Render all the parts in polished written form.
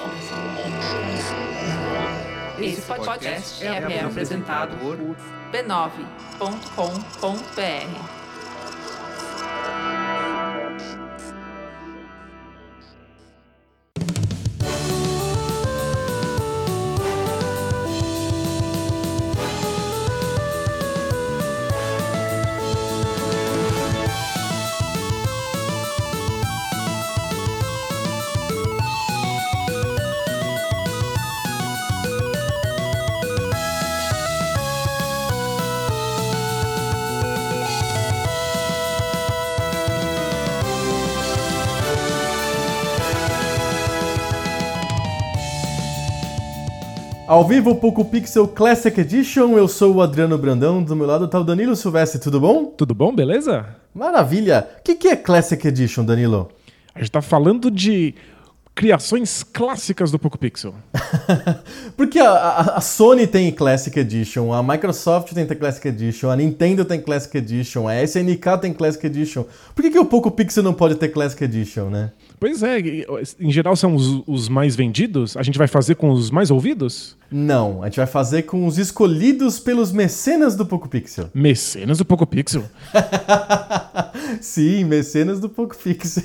Esse podcast é apresentado por b9.com.br. Ao vivo, Poco Pixel Classic Edition, eu sou o Adriano Brandão, do meu lado tá o Danilo Silvestre, tudo bom? Tudo bom, beleza? Maravilha! O que é Classic Edition, Danilo? A gente tá falando de criações clássicas do Poco Pixel. Porque a Sony tem Classic Edition, a Microsoft tem Classic Edition, a Nintendo tem Classic Edition, a SNK tem Classic Edition. Por que o Poco Pixel não pode ter Classic Edition, né? Pois é, em geral são os mais vendidos? A gente vai fazer com os mais ouvidos? Não, a gente vai fazer com os escolhidos pelos mecenas do Poco Pixel. Mecenas do Poco Pixel? Sim, mecenas do Poco Pixel.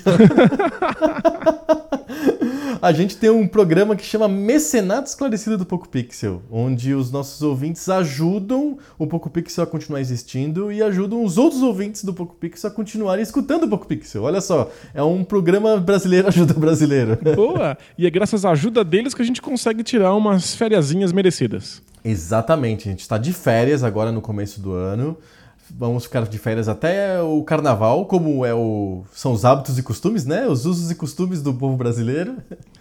A gente tem um programa que chama Mecenato Esclarecido do Poco Pixel, onde os nossos ouvintes ajudam o Poco Pixel a continuar existindo e ajudam os outros ouvintes do Poco Pixel a continuarem escutando o Poco Pixel. Olha só, é um programa brasileiro ajuda brasileiro. Boa! E é graças à ajuda deles que a gente consegue tirar umas fériasinhas merecidas. Exatamente, a gente está de férias agora no começo do ano. Vamos ficar de férias até o carnaval, como são os hábitos e costumes, né? Os usos e costumes do povo brasileiro.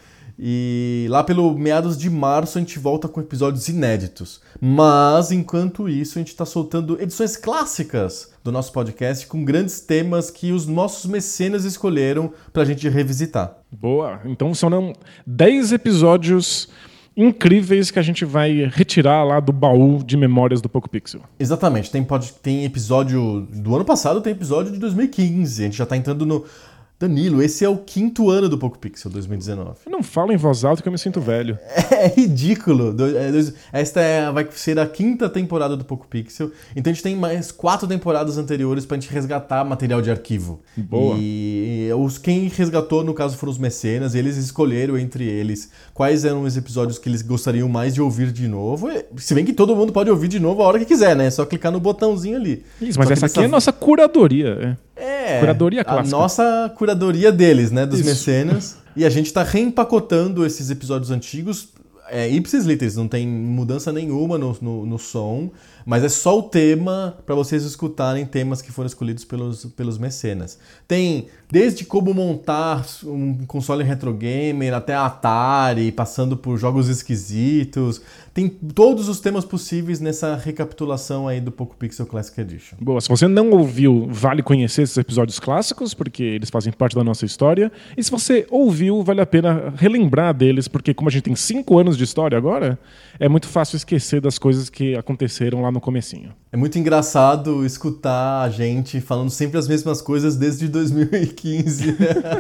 E lá pelo meados de março a gente volta com episódios inéditos. Mas, enquanto isso, a gente está soltando edições clássicas do nosso podcast com grandes temas que os nossos mecenas escolheram para a gente revisitar. Boa! Então são 10 episódios incríveis que a gente vai retirar lá do baú de memórias do Poco Pixel. Exatamente. Tem episódio do ano passado, tem episódio de 2015. A gente já está entrando no... Danilo, esse é o 5º ano do Poco Pixel, 2019. Não fala em voz alta que eu me sinto velho. É ridículo. Esta vai ser a 5ª temporada do Poco Pixel. Então a gente tem mais 4 temporadas anteriores pra gente resgatar material de arquivo. Boa. E quem resgatou, no caso, foram os mecenas. E eles escolheram entre eles quais eram os episódios que eles gostariam mais de ouvir de novo. Se bem que todo mundo pode ouvir de novo a hora que quiser, né? É só clicar no botãozinho ali. Isso, mas essa aqui é a nossa curadoria. Curadoria clássica. A nossa curadoria deles, né? Dos mecenas. E a gente tá reempacotando esses episódios antigos. Ipsis literis, não tem mudança nenhuma no som, mas é só o tema para vocês escutarem temas que foram escolhidos pelos mecenas. Tem desde como montar um console retro gamer até a Atari, passando por jogos esquisitos. Tem todos os temas possíveis nessa recapitulação aí do Poco Pixel Classic Edition. Boa, se você não ouviu, vale conhecer esses episódios clássicos, porque eles fazem parte da nossa história. E se você ouviu, vale a pena relembrar deles, porque como a gente tem 5 anos de história agora, é muito fácil esquecer das coisas que aconteceram lá no comecinho. É muito engraçado escutar a gente falando sempre as mesmas coisas desde 2015.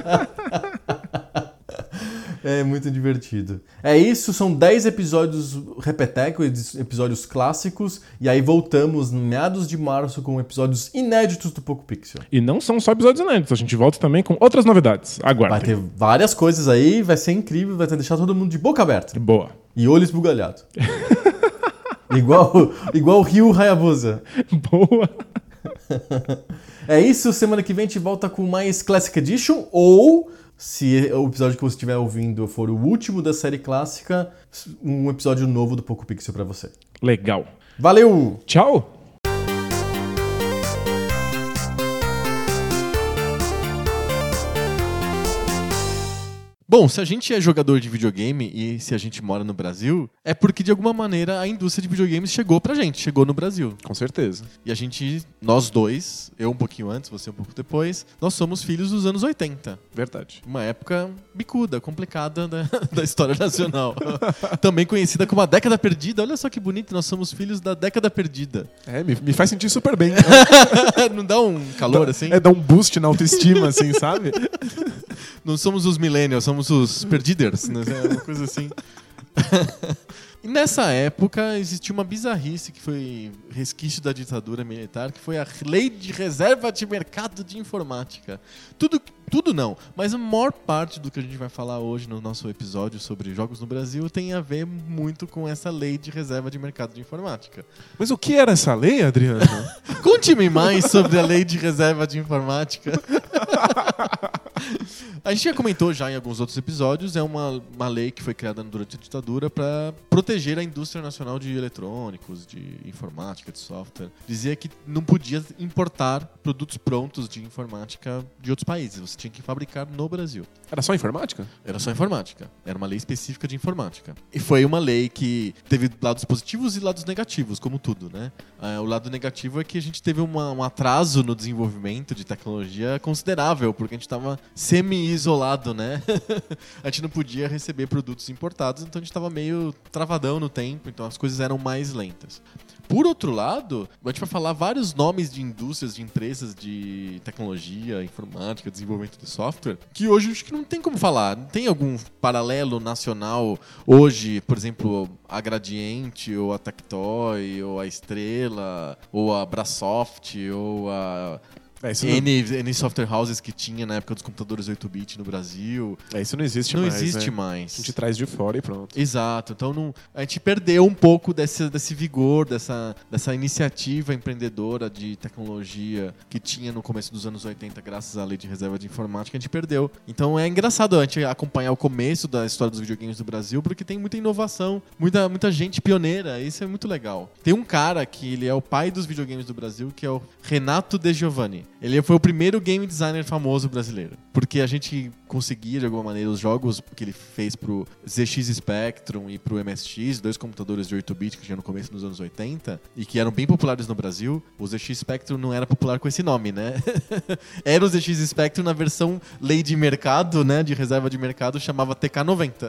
É muito divertido. É isso, são 10 episódios repetecos, episódios clássicos, e aí voltamos no meados de março com episódios inéditos do Poco Pixel. E não são só episódios inéditos, a gente volta também com outras novidades. Aguardem. Vai ter várias coisas aí, vai ser incrível, vai deixar todo mundo de boca aberta. Boa. E olho esbugalhado. igual o Ryu Hayabusa. Boa. É isso, semana que vem a gente volta com mais Classic Edition, ou... se o episódio que você estiver ouvindo for o último da série clássica, um episódio novo do Poco Pixel pra você. Legal. Valeu! Tchau! Bom, se a gente é jogador de videogame e se a gente mora no Brasil, é porque de alguma maneira a indústria de videogames chegou pra gente, chegou no Brasil. Com certeza. E a gente, nós dois, eu um pouquinho antes, você um pouco depois, nós somos filhos dos anos 80. Verdade. Uma época bicuda, complicada da história nacional. Também conhecida como a década perdida. Olha só que bonito, nós somos filhos da década perdida. É, me faz sentir super bem. Não dá um calor assim? Dá um boost na autoestima, assim, sabe? Não somos os millennials, somos os perdiders, né? É uma coisa assim. E nessa época existia uma bizarrice que foi resquício da ditadura militar, que foi a Lei de Reserva de Mercado de Informática. Tudo não, mas a maior parte do que a gente vai falar hoje no nosso episódio sobre jogos no Brasil tem a ver muito com essa Lei de Reserva de Mercado de Informática. Mas o que era essa lei, Adriano? Conte-me mais sobre a Lei de Reserva de Informática. A gente já comentou já em alguns outros episódios, é uma lei que foi criada durante a ditadura para proteger a indústria nacional de eletrônicos, de informática, de software. Dizia que não podia importar produtos prontos de informática de outros países, você tinha que fabricar no Brasil. Era só informática? Era só informática. Era uma lei específica de informática. E foi uma lei que teve lados positivos e lados negativos, como tudo, né? O lado negativo é que a gente teve um atraso no desenvolvimento de tecnologia considerável, porque a gente estava semi-isolado, né? A gente não podia receber produtos importados, então a gente estava meio travadão no tempo, então as coisas eram mais lentas. Por outro lado, a gente vai falar vários nomes de indústrias, de empresas de tecnologia, informática, desenvolvimento de software, que hoje acho que não tem como falar. Não tem algum paralelo nacional hoje, por exemplo, a Gradiente, ou a Tectoy, ou a Estrela, ou a Brasoft, ou a... N software houses que tinha na época dos computadores 8-bit no Brasil. Isso não existe mais. Não existe mais. A gente traz de fora e pronto. Exato. Então a gente perdeu um pouco desse vigor, dessa iniciativa empreendedora de tecnologia que tinha no começo dos anos 80, graças à Lei de Reserva de Informática, a gente perdeu. Então é engraçado a gente acompanhar o começo da história dos videogames do Brasil, porque tem muita inovação, muita gente pioneira. Isso é muito legal. Tem um cara que ele é o pai dos videogames do Brasil, que é o Renato De Giovanni. Ele foi o primeiro game designer famoso brasileiro. Porque a gente conseguia, de alguma maneira, os jogos que ele fez pro ZX Spectrum e pro MSX, dois computadores de 8-bit que tinha no começo dos anos 80, e que eram bem populares no Brasil. O ZX Spectrum não era popular com esse nome, né? Era o ZX Spectrum na versão lei de mercado, né? De reserva de mercado, chamava TK90.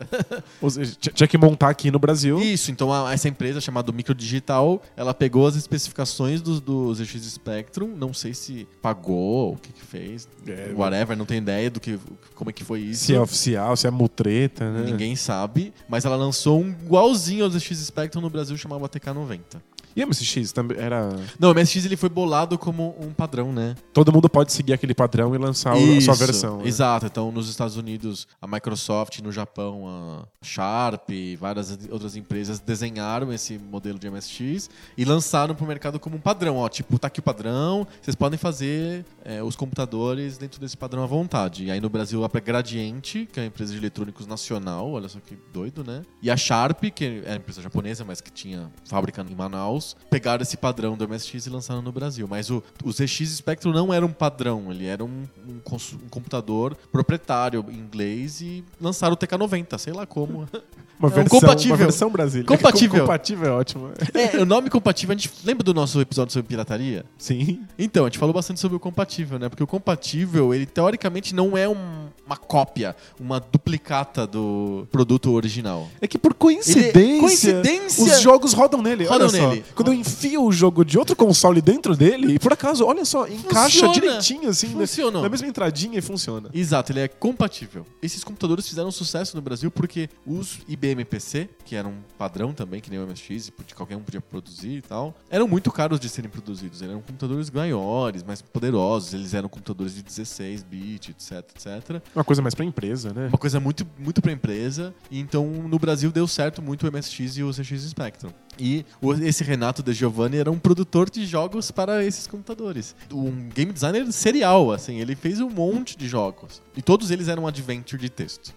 Tinha que montar aqui no Brasil. Isso, então essa empresa chamada Microdigital, ela pegou as especificações do ZX Spectrum, não sei se pagou, o que fez, whatever, não tenho ideia como é que foi isso. Se é oficial, se é mutreta, né? Ninguém sabe, mas ela lançou um igualzinho ao ZX Spectrum no Brasil, chamava TK90. E o MSX também era... Não, o MSX ele foi bolado como um padrão, né? Todo mundo pode seguir aquele padrão e lançar a sua versão. Né? Exato. Então, nos Estados Unidos, a Microsoft, no Japão, a Sharp, várias outras empresas desenharam esse modelo de MSX e lançaram para o mercado como um padrão. Ó, tipo, tá aqui o padrão, vocês podem fazer os computadores dentro desse padrão à vontade. E aí no Brasil, a Gradiente, que é uma empresa de eletrônicos nacional, olha só que doido, né? E a Sharp, que é uma empresa japonesa, mas que tinha fábrica em Manaus, pegaram esse padrão do MSX e lançaram no Brasil. Mas o ZX Spectrum não era um padrão, ele era um computador proprietário em inglês e lançaram o TK90, sei lá como. Uma versão brasileira. Compatível. Compatível é ótimo. O nome compatível, a gente lembra do nosso episódio sobre pirataria? Sim. Então, a gente falou bastante sobre o compatível, né? Porque o compatível, ele teoricamente não é uma cópia, uma duplicata do produto original. É que por coincidência, os jogos rodam nele. Rodam nele. Quando eu enfio o jogo de outro console dentro dele, e por acaso, olha só, encaixa direitinho assim, na mesma entradinha e funciona. Exato, ele é compatível. Esses computadores fizeram sucesso no Brasil porque os IBM PC, que eram um padrão também, que nem o MSX, qualquer um podia produzir e tal, eram muito caros de serem produzidos. Eles eram computadores maiores, mais poderosos, eles eram computadores de 16 bits, etc. Uma coisa mais pra empresa, né? Uma coisa muito, muito pra empresa. E então, no Brasil, deu certo muito o MSX e o ZX Spectrum. E esse Renato De Giovanni era um produtor de jogos para esses computadores. Um game designer serial, assim. Ele fez um monte de jogos. E todos eles eram adventure de texto.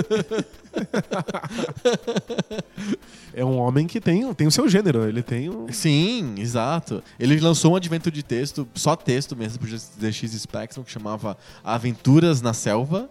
É um homem que tem o seu gênero. Ele tem Sim, exato. Ele lançou um adventure de texto, só texto mesmo, pro ZX Spectrum, que chamava Aventuras na Selva.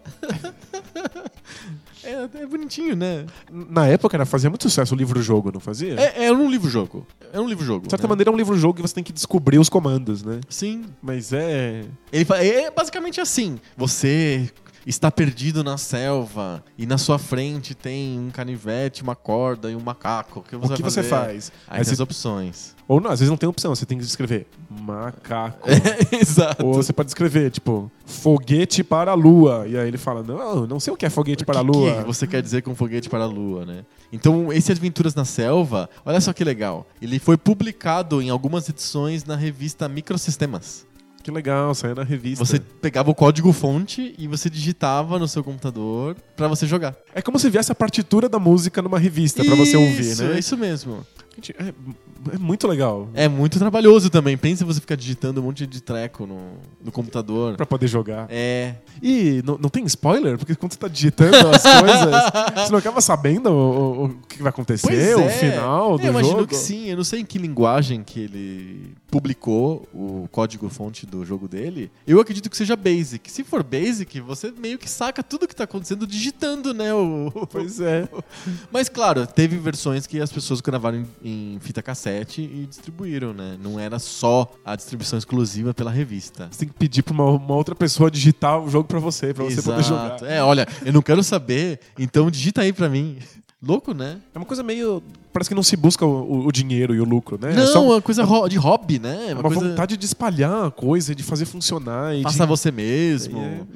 É bonitinho, né? Na época fazia muito sucesso o livro-jogo, não fazia? Era um livro-jogo. De certa maneira é um livro-jogo que você tem que descobrir os comandos, né? Sim. Mas é basicamente assim. Você está perdido na selva e na sua frente tem um canivete, uma corda e um macaco. O que você, você faz? Aí tem as opções. Ou não, às vezes não tem opção, você tem que escrever macaco. Exato. Ou você pode escrever, tipo, foguete para a lua. E aí ele fala, não sei o que é foguete para a lua. O que você quer dizer com foguete para a lua, né? Então, esse Aventuras na Selva, olha só que legal. Ele foi publicado em algumas edições na revista Microsistemas. Que legal, saia na revista. Você pegava o código-fonte e você digitava no seu computador pra você jogar. É como se viesse a partitura da música numa revista pra você ouvir, né? É isso mesmo. Gente, é muito legal. É muito trabalhoso também. Pensa você ficar digitando um monte de treco no computador. Pra poder jogar. É. E não tem spoiler? Porque quando você tá digitando as coisas, você não acaba sabendo o que vai acontecer, o final do eu imagino jogo? que sim. Eu não sei em que linguagem que ele publicou o código-fonte do jogo dele. Eu acredito que seja Basic. Se for Basic, você meio que saca tudo que tá acontecendo digitando, né? Pois é. Mas claro, teve versões que as pessoas gravaram em fita cassete e distribuíram, né? Não era só a distribuição exclusiva pela revista. Você tem que pedir pra uma outra pessoa digitar o jogo pra você poder jogar. Olha, eu não quero saber, então digita aí pra mim. Louco, né? É uma coisa meio... Parece que não se busca o dinheiro e o lucro, né? Não, é só uma coisa de hobby, né? uma vontade de espalhar a coisa, de fazer funcionar. Passar você mesmo.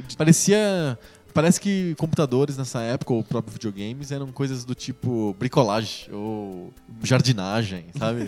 Parece que computadores nessa época, ou próprios videogames, eram coisas do tipo bricolagem ou jardinagem, sabe?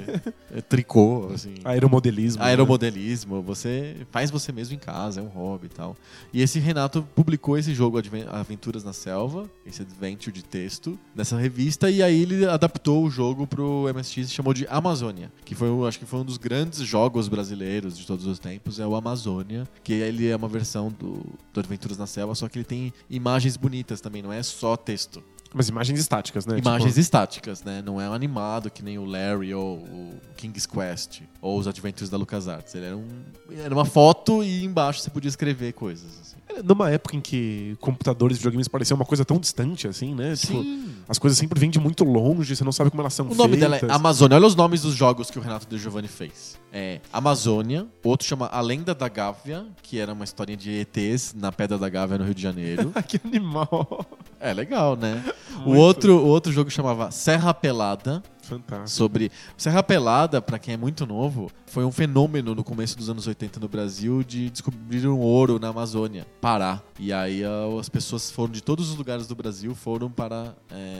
Tricô, assim. Aeromodelismo. Aeromodelismo. Você faz você mesmo em casa, é um hobby e tal. E esse Renato publicou esse jogo Aventuras na Selva, esse adventure de texto, nessa revista, e aí ele adaptou o jogo pro MSX e chamou de Amazônia, que acho que foi um dos grandes jogos brasileiros de todos os tempos, é o Amazônia, que ele é uma versão do Aventuras na Selva, só que ele tem imagens bonitas também, não é só texto. Mas imagens estáticas, né? Imagens estáticas, né? Não é um animado que nem o Larry ou o King's Quest ou os Adventures da LucasArts. Ele era uma foto e embaixo você podia escrever coisas. Assim. Numa época em que computadores e videogames pareciam uma coisa tão distante, assim, né? Sim. Tipo, as coisas sempre vêm de muito longe, você não sabe como elas são feitas. O nome dela é Amazônia. Olha os nomes dos jogos que o Renato De Giovanni fez. É Amazônia, outro chama A Lenda da Gávea, que era uma historinha de ETs na Pedra da Gávea, no Rio de Janeiro. Que animal. É legal, né? O outro jogo chamava Serra Pelada. Fantástico. Sobre Serra Pelada, pra quem é muito novo, foi um fenômeno no começo dos anos 80 no Brasil de descobrir um ouro na Amazônia, Pará. E aí as pessoas foram de todos os lugares do Brasil, foram para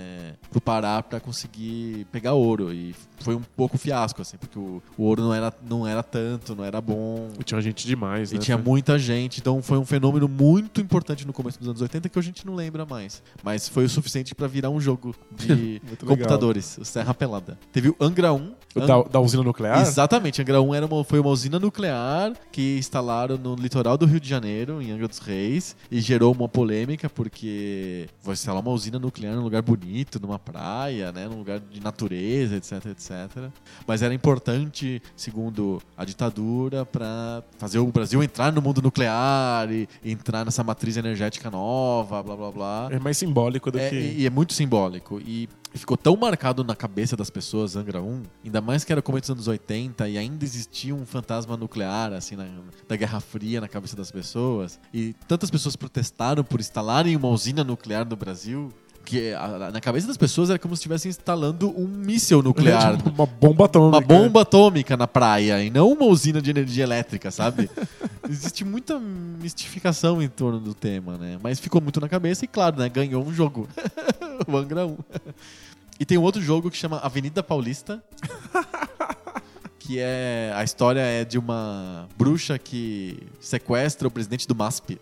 pro Pará pra conseguir pegar ouro. E foi um pouco fiasco, assim, porque o ouro não era tanto, não era bom. E tinha gente demais, né? E tinha muita gente, então foi um fenômeno muito importante no começo dos anos 80 que a gente não lembra mais. Mas foi o suficiente pra virar um jogo de computadores, o Serra Pelada. Teve o Angra 1. Da usina nuclear? Exatamente, Angra 1 foi uma usina nuclear que instalaram no litoral do Rio de Janeiro, em Angra dos Reis, e gerou uma polêmica porque vai instalar uma usina nuclear num lugar bonito, numa praia, né, num lugar de natureza, etc, etc. Mas era importante, segundo a ditadura, para fazer o Brasil entrar no mundo nuclear e entrar nessa matriz energética nova, blá blá blá. É mais simbólico do que... E é muito simbólico. E ficou tão marcado na cabeça das pessoas, Angra 1, ainda mais que era começo dos anos 80 e ainda existia um fantasma nuclear, assim, da Guerra Fria na cabeça das pessoas. E tantas pessoas protestaram por instalarem uma usina nuclear no Brasil, que na cabeça das pessoas era como se estivessem instalando um míssil nuclear. Uma bomba atômica. Uma bomba atômica na praia, e não uma usina de energia elétrica, sabe? Existe muita mistificação em torno do tema, né? Mas ficou muito na cabeça e, claro, né, ganhou um jogo. O Angra 1. E tem um outro jogo que chama Avenida Paulista. Que a história é de uma bruxa que sequestra o presidente do MASP.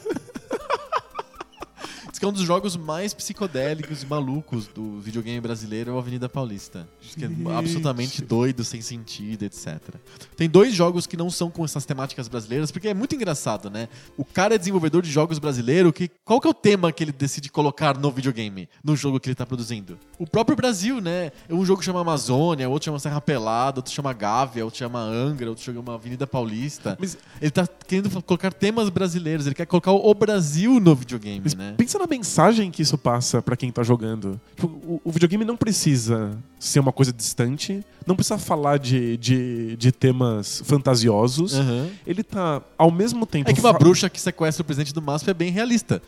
Diz que é um dos jogos mais psicodélicos e malucos do videogame brasileiro, é o Avenida Paulista. Diz que é absolutamente doido, sem sentido, etc. Tem 2 jogos que não são com essas temáticas brasileiras, porque é muito engraçado, né? O cara é desenvolvedor de jogos brasileiro, qual que é o tema que ele decide colocar no videogame, no jogo que ele tá produzindo? O próprio Brasil, né? Um jogo chama Amazônia, outro chama Serra Pelada, outro chama Gávea, outro chama Angra, outro chama Avenida Paulista. Mas ele tá querendo colocar temas brasileiros, ele quer colocar o Brasil no videogame, né? Pensa na mensagem que isso passa pra quem tá jogando. Tipo, o videogame não precisa ser uma coisa distante, não precisa falar de temas fantasiosos. Uhum. Ele tá, ao mesmo tempo... É que uma bruxa que sequestra o presidente do MASP é bem realista.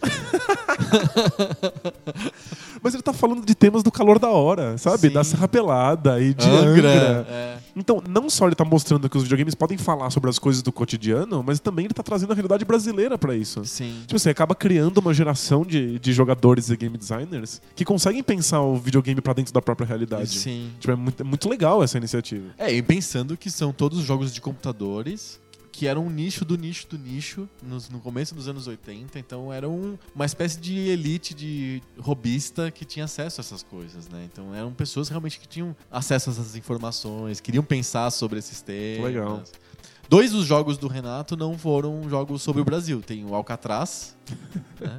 Mas ele tá falando de temas do calor da hora, sabe? Sim. Da Serra Pelada e de Angra. É. Então, não só ele tá mostrando que os videogames podem falar sobre as coisas do cotidiano, mas também ele tá trazendo a realidade brasileira pra isso. Sim. Tipo assim, acaba criando uma geração de jogadores e game designers que conseguem pensar o videogame pra dentro da própria realidade. Sim. Tipo, é muito legal essa iniciativa. E pensando que são todos jogos de computadores que eram um nicho do nicho do nicho no começo dos anos 80, então era uma espécie de elite de robista que tinha acesso a essas coisas, né? Então eram pessoas realmente que tinham acesso a essas informações, queriam pensar sobre esses temas. Legal. 2 dos jogos do Renato não foram jogos sobre o Brasil. Tem o Alcatraz, né?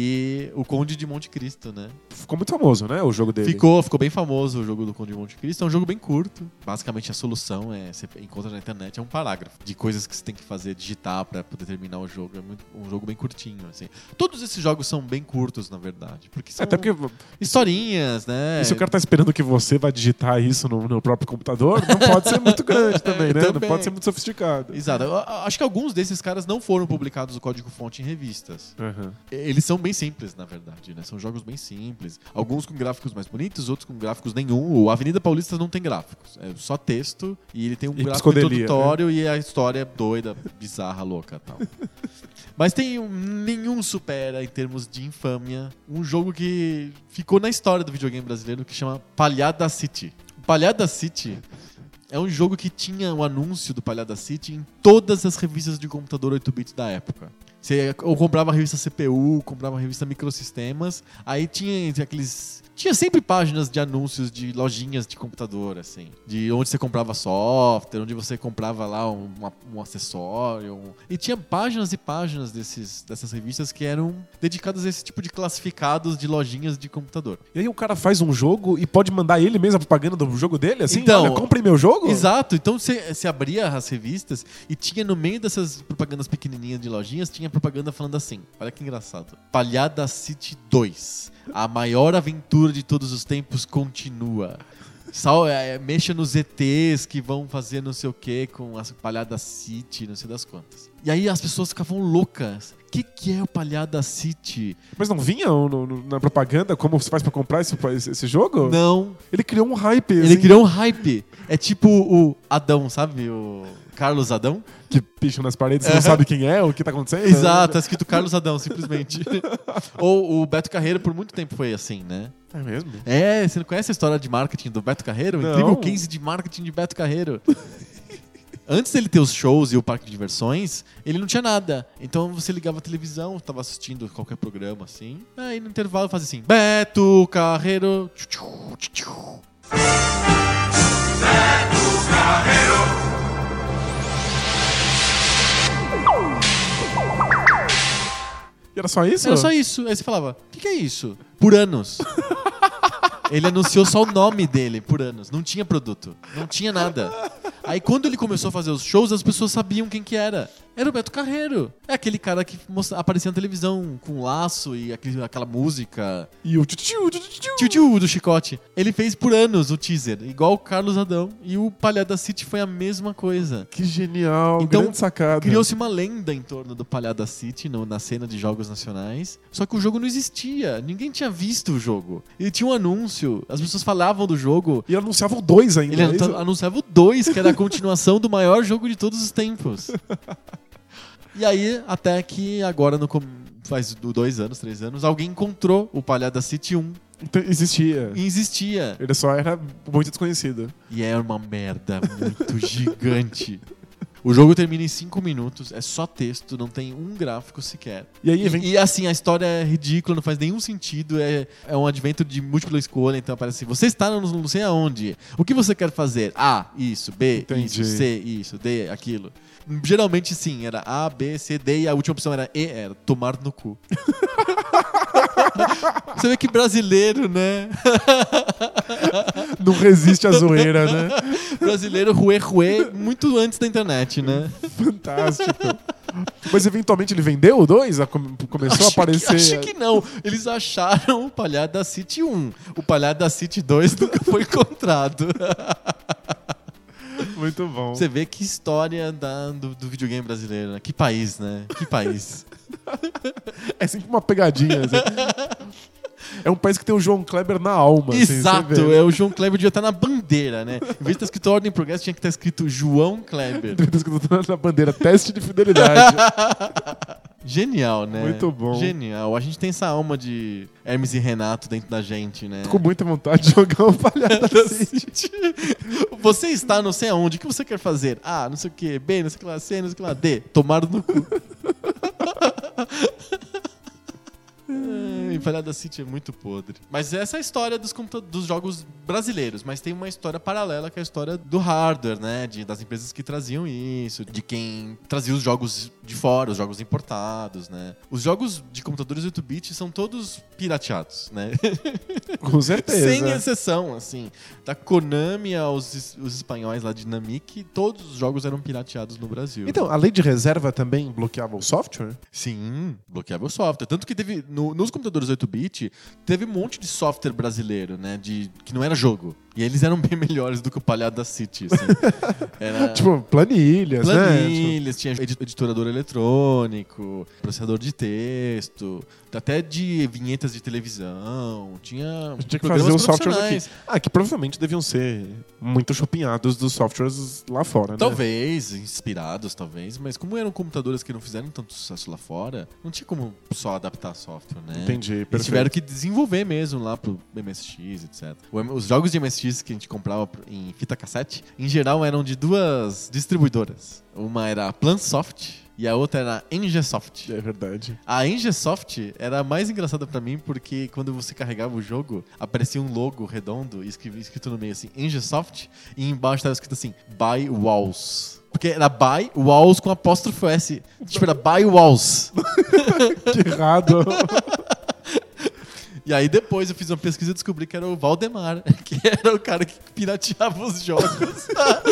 E o Conde de Monte Cristo, né? Ficou muito famoso, né? O jogo dele. Ficou bem famoso o jogo do Conde de Monte Cristo. É um jogo bem curto. Basicamente a solução você encontra na internet, é um parágrafo de coisas que você tem que fazer, digitar pra poder terminar o jogo. É um jogo bem curtinho, assim. Todos esses jogos são bem curtos, na verdade. Porque são Até porque... historinhas, né? E se o cara tá esperando que você vai digitar isso no próprio computador, não pode ser muito grande também, né? Também. Não pode ser muito sofisticado. Exato. Eu acho que alguns desses caras não foram publicados o código-fonte em revistas. Uhum. Eles são bem simples, na verdade, né? São jogos bem simples. Alguns com gráficos mais bonitos, outros com gráficos nenhum. O Avenida Paulista não tem gráficos. É só texto e ele tem um gráfico introdutório, né? E a história é doida, bizarra, louca e tal. Mas nenhum supera, em termos de infâmia, um jogo que ficou na história do videogame brasileiro que chama Palhada City. Palhada City é um jogo que tinha o anúncio do Palhada City em todas as revistas de computador 8-bit da época. Você ou comprava a revista CPU, comprava a revista Microsistemas, aí tinha aqueles... Tinha sempre páginas de anúncios de lojinhas de computador, assim. De onde você comprava software, onde você comprava lá um acessório. E tinha páginas e páginas dessas revistas que eram dedicadas a esse tipo de classificados de lojinhas de computador. E aí o cara faz um jogo e pode mandar ele mesmo a propaganda do jogo dele? Assim, então, olha, compre meu jogo? Exato. Então você abria as revistas e tinha no meio dessas propagandas pequenininhas de lojinhas, tinha propaganda falando assim, olha que engraçado. Palhada City 2. A maior aventura de todos os tempos continua. Mexa nos ETs que vão fazer não sei o que com a Palhada City, não sei das quantas. E aí as pessoas ficavam loucas. O que é o Palhada City? Mas não vinha na propaganda como você faz pra comprar esse jogo? Não. Ele criou um hype. Ele assim, criou um hype. É tipo o Adão, sabe? O Carlos Adão. que picha nas paredes, você não sabe quem é, o que tá acontecendo. Exato, tá escrito Carlos Adão, simplesmente. Ou o Beto Carreiro por muito tempo foi assim, né? É mesmo? Você não conhece a história de marketing do Beto Carreiro? Não. Incrível case de marketing de Beto Carreiro. Antes dele ter os shows e o parque de diversões, ele não tinha nada. Então você ligava a televisão, estava assistindo qualquer programa assim, aí no intervalo fazia assim: Beto Carreiro. Beto Carreiro. E era só isso? Era só isso. Aí você falava: o que é isso? Por anos. Ele anunciou só o nome dele por anos. Não tinha produto. Não tinha nada. Aí quando ele começou a fazer os shows, as pessoas sabiam quem que era. Era o Beto Carreiro. É aquele cara que aparecia na televisão com um laço e aquela música. E o tchu-tchu do chicote. Ele fez por anos o teaser, igual o Carlos Adão. E o Palhada City foi a mesma coisa. Que genial, então, grande sacada. Criou-se uma lenda em torno do Palhada City na cena de jogos nacionais. Só que o jogo não existia. Ninguém tinha visto o jogo. Ele tinha um anúncio. As pessoas falavam do jogo. E anunciava o 2 ainda. Ele anunciava o 2, que era a continuação do maior jogo de todos os tempos. E aí, até que agora, faz 2 anos, 3 anos, alguém encontrou o Palhada City 1. Então, existia. E existia. Ele só era muito desconhecido. E era uma merda muito gigante. O jogo termina em 5 minutos, é só texto, não tem um gráfico sequer. E aí e assim, a história é ridícula, não faz nenhum sentido, é um advento de múltipla escolha, então aparece assim, você está no não sei aonde, o que você quer fazer? A, isso, B, Entendi. isso, C, isso, D, aquilo. Geralmente sim, era A, B, C, D e a última opção era E, era tomar no cu. Você vê que brasileiro, né? Não resiste à zoeira, né? Brasileiro ruê, muito antes da internet, né? Fantástico. Mas eventualmente ele vendeu o 2? Começou a aparecer... Acho que não. Eles acharam o Palhaço da City 1. O Palhaço da City 2 nunca foi encontrado. Muito bom. Você vê que história do videogame brasileiro, né? Que país, né? Que país. É sempre uma pegadinha. Assim. É um país que tem o João Kleber na alma. Exato, assim, o João Kleber devia estar na bandeira, né? Em vez de estar escrito Ordem e Progresso, tinha que estar escrito João Kleber. Tem escrito na bandeira, teste de fidelidade. Genial, né? Muito bom. Genial. A gente tem essa alma de Hermes e Renato dentro da gente, né? Tô com muita vontade de jogar um Palhaço da City. Você está não sei aonde, o que você quer fazer? A, não sei o que, B, não sei o que lá, C, não sei o que lá, D. Tomaram no cu. Palhaço da City é muito podre. Mas essa é a história dos jogos brasileiros. Mas tem uma história paralela, que é a história do hardware, né? Das empresas que traziam isso, de quem trazia os jogos de fora, os jogos importados, né? Os jogos de computadores 8-bit são todos pirateados, né? Com certeza. Sem exceção, assim. Da Konami aos os espanhóis lá de Namek, todos os jogos eram pirateados no Brasil. Então, a lei de reserva também bloqueava o software? Sim, bloqueava o software. Tanto que teve, nos computadores 8-bit, teve um monte de software brasileiro, né? Que não era jogo. E eles eram bem melhores do que o Palhaço da City, assim. Era... Tipo, planilhas, né? Tinha editorador eletrônico, processador de texto, até de vinhetas de televisão. Tinha que fazer os softwares aqui. Que provavelmente deviam ser muito chupinhados dos softwares lá fora, né? Talvez, inspirados, talvez. Mas como eram computadores que não fizeram tanto sucesso lá fora, não tinha como só adaptar software, né? Entendi, perfeito. Eles tiveram que desenvolver mesmo lá pro MSX, etc. Os jogos de MSX que a gente comprava em fita cassete, em geral eram de duas distribuidoras. Uma era a Plansoft e a outra era a Engesoft. É verdade. A Engesoft era a mais engraçada pra mim porque quando você carregava o jogo, aparecia um logo redondo escrito no meio assim, Engesoft, e embaixo estava escrito assim, Buy Walls. Porque era Buy Walls com apóstrofo S. Tipo, era Buy Walls. Que errado. E aí depois eu fiz uma pesquisa e descobri que era o Valdemar, que era o cara que pirateava os jogos.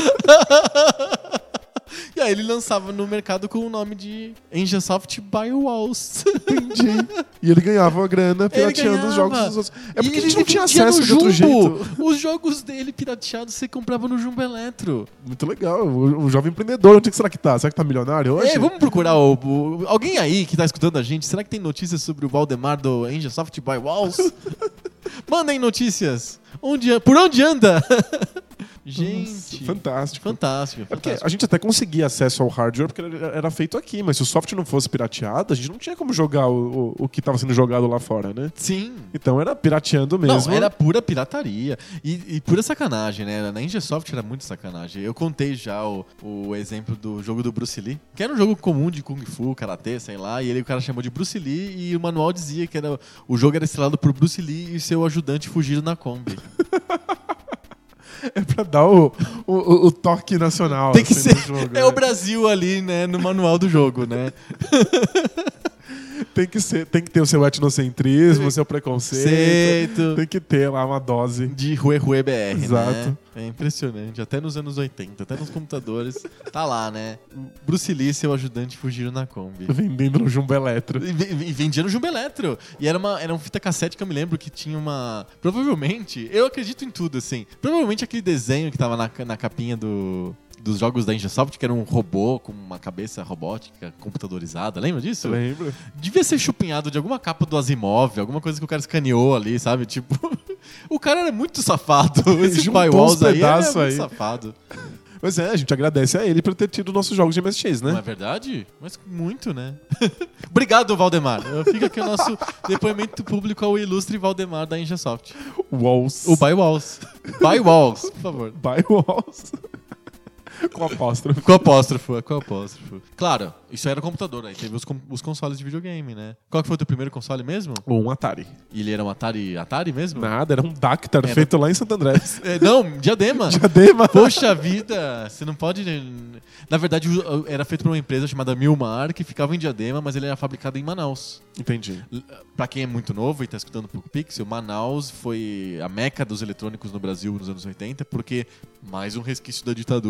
E aí ele lançava no mercado com o nome de Engesoft Biowalls. Entendi. E ele ganhava uma grana pirateando os jogos dos outros. É porque a gente não tinha vendia acesso de outro jeito. Os jogos dele pirateados você comprava no Jumbo Eletro. Muito legal. O jovem empreendedor, onde será que tá? Será que tá milionário hoje? Vamos procurar alguém aí que tá escutando a gente. Será que tem notícias sobre o Valdemar do Engesoft Biowalls? Mandem notícias. Por onde anda? Gente, fantástico. Fantástico. É porque a gente até conseguia acesso ao hardware porque ele era feito aqui, mas se o software não fosse pirateado, a gente não tinha como jogar o que estava sendo jogado lá fora, né? Sim. Então era pirateando mesmo. Não, era pura pirataria. E pura sacanagem, né? Na Engesoft era muito sacanagem. Eu contei já o exemplo do jogo do Bruce Lee, que era um jogo comum de Kung Fu, Karatê, sei lá, e o cara chamou de Bruce Lee e o manual dizia que o jogo era estrelado por Bruce Lee e seu ajudante fugido na Kombi. É pra dar o toque nacional. Tem que assim, ser. jogo, é né? o Brasil ali, né? No manual do jogo, né? Tem que ter o seu etnocentrismo, o seu preconceito. Tem que ter lá uma dose. De Rue BR, Exato. né? É impressionante. Até nos anos 80, até nos computadores. Tá lá, né? Bruce Lee e seu ajudante fugiram na Kombi. Vendendo no Jumbo Eletro. E vendia no Jumbo Eletro. E era uma fita cassete que eu me lembro que tinha uma... Provavelmente, eu acredito em tudo, assim. Provavelmente aquele desenho que tava na capinha dos jogos da Engesoft, que era um robô com uma cabeça robótica computadorizada. Lembra disso? Lembro. Devia ser chupinhado de alguma capa do Asimov, alguma coisa que o cara escaneou ali, sabe? Tipo, o cara era muito safado. Esse Firewalls aí é muito safado. Mas a gente agradece a ele por ter tido nossos jogos de MSX, né? Não é verdade? Mas muito, né? Obrigado, Valdemar. Fica aqui o nosso depoimento público ao ilustre Valdemar da Engesoft. Walls. O Buy Walls. Buy Walls, por favor. Buy Walls. Com apóstrofo. Com apóstrofo. Claro, isso era computador, aí teve os consoles de videogame, né? Qual que foi o teu primeiro console mesmo? Um Atari. E ele era um Atari mesmo? Nada, era um Dactar feito lá em Santo André. Não, Diadema. Diadema. Poxa vida, você não pode... Na verdade, era feito por uma empresa chamada Milmar, que ficava em Diadema, mas ele era fabricado em Manaus. Entendi. Pra quem é muito novo e tá escutando o Poco Pixel, Manaus foi a meca dos eletrônicos no Brasil nos anos 80, porque mais um resquício da ditadura. Foi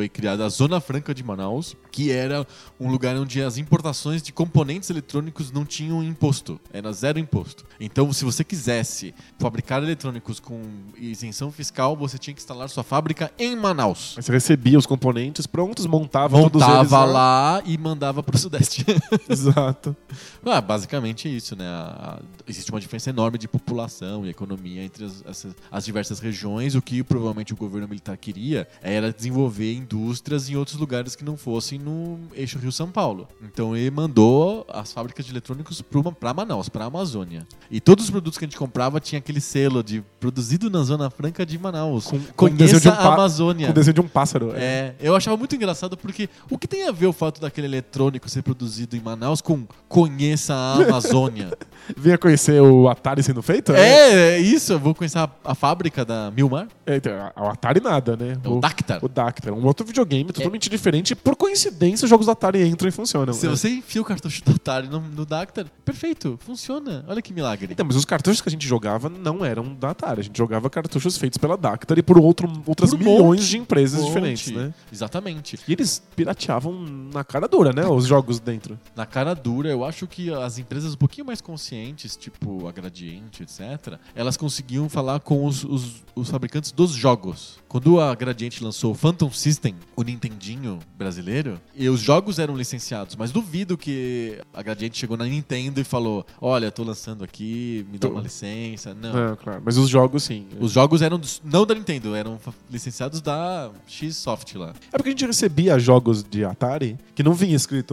foi criada a Zona Franca de Manaus, que era um lugar onde as importações de componentes eletrônicos não tinham imposto. Era zero imposto. Então, se você quisesse fabricar eletrônicos com isenção fiscal, você tinha que instalar sua fábrica em Manaus. Aí você recebia os componentes prontos, montava todos eles Montava lá e mandava pro Sudeste. Exato. Basicamente isso, né? Existe uma diferença enorme de população e economia entre as diversas regiões. O que provavelmente o governo militar queria era desenvolver indústrias em outros lugares que não fossem no eixo Rio-São Paulo. Então ele mandou as fábricas de eletrônicos para Manaus, para a Amazônia. E todos os produtos que a gente comprava tinha aquele selo de produzido na Zona Franca de Manaus. Conheça a Amazônia. Com o desenho de um pássaro. Eu achava muito engraçado porque o que tem a ver o fato daquele eletrônico ser produzido em Manaus com conheça a Amazônia? Vinha conhecer o Atari sendo feito? É isso. Eu vou conhecer a fábrica da Milmar. Então, o Atari nada, né? O Dactar. O Dactar. Um outro videogame totalmente diferente. Por coincidência, os jogos do Atari entram e funcionam. Se você enfia o cartucho do Atari no Dactar, perfeito, funciona. Olha que milagre. Então, mas os cartuchos que a gente jogava não eram da Atari. A gente jogava cartuchos feitos pela Dactar e por outras milhões de empresas diferentes, né? Exatamente. E eles pirateavam na cara dura, né? Os jogos dentro. Na cara dura, eu acho que as empresas um pouquinho mais conscientes, tipo a Gradiente, etc., elas conseguiam falar com os fabricantes dos jogos. Quando a Gradiente lançou o Phantom System, o Nintendinho brasileiro, e os jogos eram licenciados, mas duvido que a Gradiente chegou na Nintendo e falou: olha, tô lançando aqui, me dá uma licença. Não. Claro. Mas os jogos, sim. Os jogos eram não da Nintendo, eram licenciados da Xsoft lá. É porque a gente recebia jogos de Atari que não vinha escrito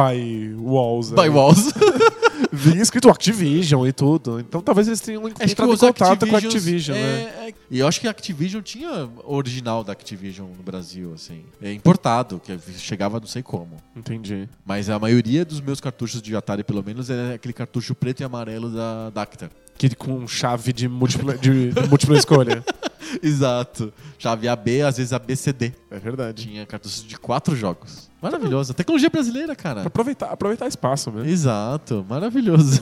by Walls. By Walls. Vinha escrito Activision e tudo. Então talvez eles tenham entrado em contato com a Activision, né? E eu acho que a Activision tinha o original da Activision no Brasil, assim. É importado, que chegava não sei como. Entendi. Mas a maioria dos meus cartuchos de Atari, pelo menos, é aquele cartucho preto e amarelo da Dactar. Que com chave de múltipla escolha. Exato. Chave AB, às vezes ABCD. É verdade. Tinha cartuchos de 4 jogos. Maravilhoso. Tecnologia brasileira, cara. Pra aproveitar espaço mesmo. Exato. Maravilhoso.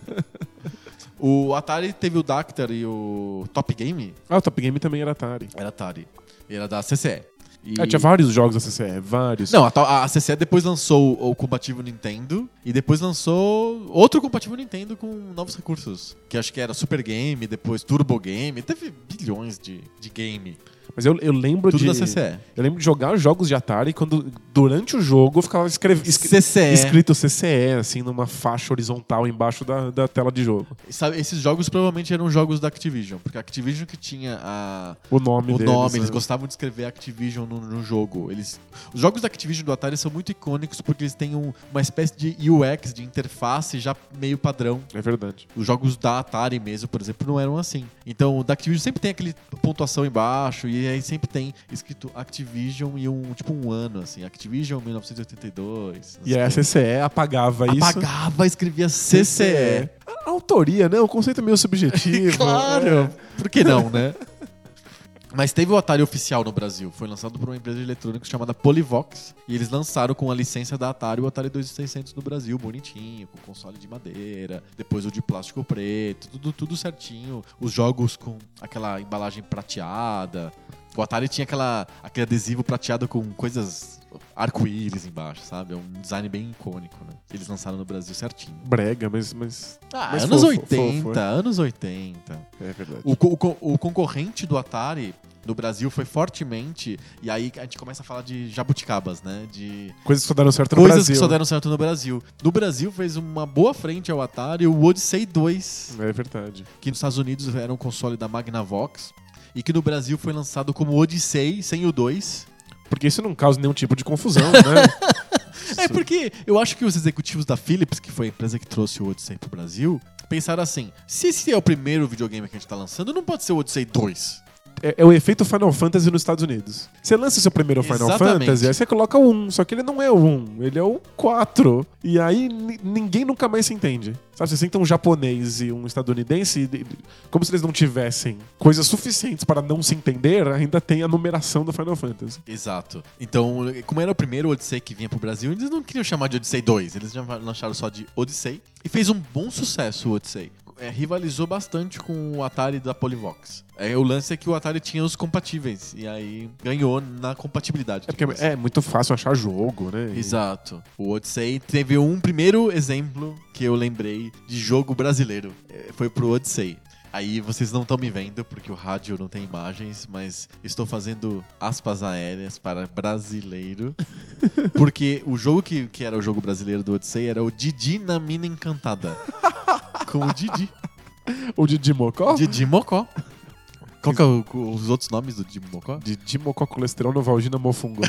O Atari teve o Dactar e o Top Game. O Top Game também era Atari. Era Atari. Era da CCE. Tinha vários jogos da CCE, vários. Não, a CCE depois lançou o compatível Nintendo e depois lançou outro compatível Nintendo com novos recursos. Que acho que era Super Game, depois Turbo Game. Teve bilhões de game. Mas eu lembro Tudo da CCE. Eu lembro de jogar jogos de Atari quando, durante o jogo, ficava CCE. escrito CCE, assim, numa faixa horizontal embaixo da tela de jogo. Sabe, esses jogos provavelmente eram jogos da Activision, porque a Activision que tinha o nome deles, eles né? gostavam de escrever Activision no jogo. Os jogos da Activision do Atari são muito icônicos porque eles têm uma espécie de UX, de interface já meio padrão. É verdade. Os jogos da Atari mesmo, por exemplo, não eram assim. Então, o da Activision sempre tem aquele pontuação embaixo e aí sempre tem escrito Activision e um ano, assim. Activision 1982. E a CCE apagava isso. Apagava, escrevia CCE. A autoria, né? O conceito é meio subjetivo. Claro. Por que não, né? Mas teve o Atari oficial no Brasil. Foi lançado por uma empresa de eletrônicos chamada Polivox. E eles lançaram com a licença da Atari o Atari 2600 no Brasil, bonitinho, com console de madeira. Depois o de plástico preto, tudo certinho. Os jogos com aquela embalagem prateada. O Atari tinha aquele adesivo prateado com coisas arco-íris embaixo, sabe? É um design bem icônico, né? Eles lançaram no Brasil certinho. Brega, mas anos 80, anos 80. É verdade. O concorrente do Atari no Brasil foi fortemente, e aí a gente começa a falar de jabuticabas, né? De coisas que só deram certo no Brasil. Brasil. Que só deram certo no Brasil. No Brasil fez uma boa frente ao Atari o Odyssey 2. É verdade. Que nos Estados Unidos era um console da Magnavox. E que no Brasil foi lançado como Odyssey, sem o 2. Porque isso não causa nenhum tipo de confusão, né? É porque eu acho que os executivos da Philips, que foi a empresa que trouxe o Odyssey pro Brasil, pensaram assim: se esse é o primeiro videogame que a gente tá lançando, não pode ser o Odyssey 2. É o efeito Final Fantasy nos Estados Unidos. Você lança o seu primeiro Final Fantasy, aí você coloca o 1, só que ele não é o 1, ele é o 4. E aí ninguém nunca mais se entende. Sabe, você senta um japonês e um estadunidense, como se eles não tivessem coisas suficientes para não se entender, ainda tem a numeração do Final Fantasy. Exato. Então, como era o primeiro Odyssey que vinha pro Brasil, eles não queriam chamar de Odyssey 2, eles já lançaram só de Odyssey. E fez um bom sucesso o Odyssey. rivalizou bastante com o Atari da Polivox. O lance é que o Atari tinha os compatíveis, e aí ganhou na compatibilidade. Porque é muito fácil achar jogo, né? Exato. O Odyssey teve um primeiro exemplo que eu lembrei de jogo brasileiro. Foi pro Odyssey. Aí vocês não estão me vendo porque o rádio não tem imagens, mas estou fazendo aspas aéreas para brasileiro. Porque o jogo que era o jogo brasileiro do Odyssey era o Didi na Mina Encantada. Com o Didi. O Didi Mocó? Didi Mocó. Qual que é os outros nomes do Didi Mocó? Didi Mocó Colesterol Novalgina Mofungo.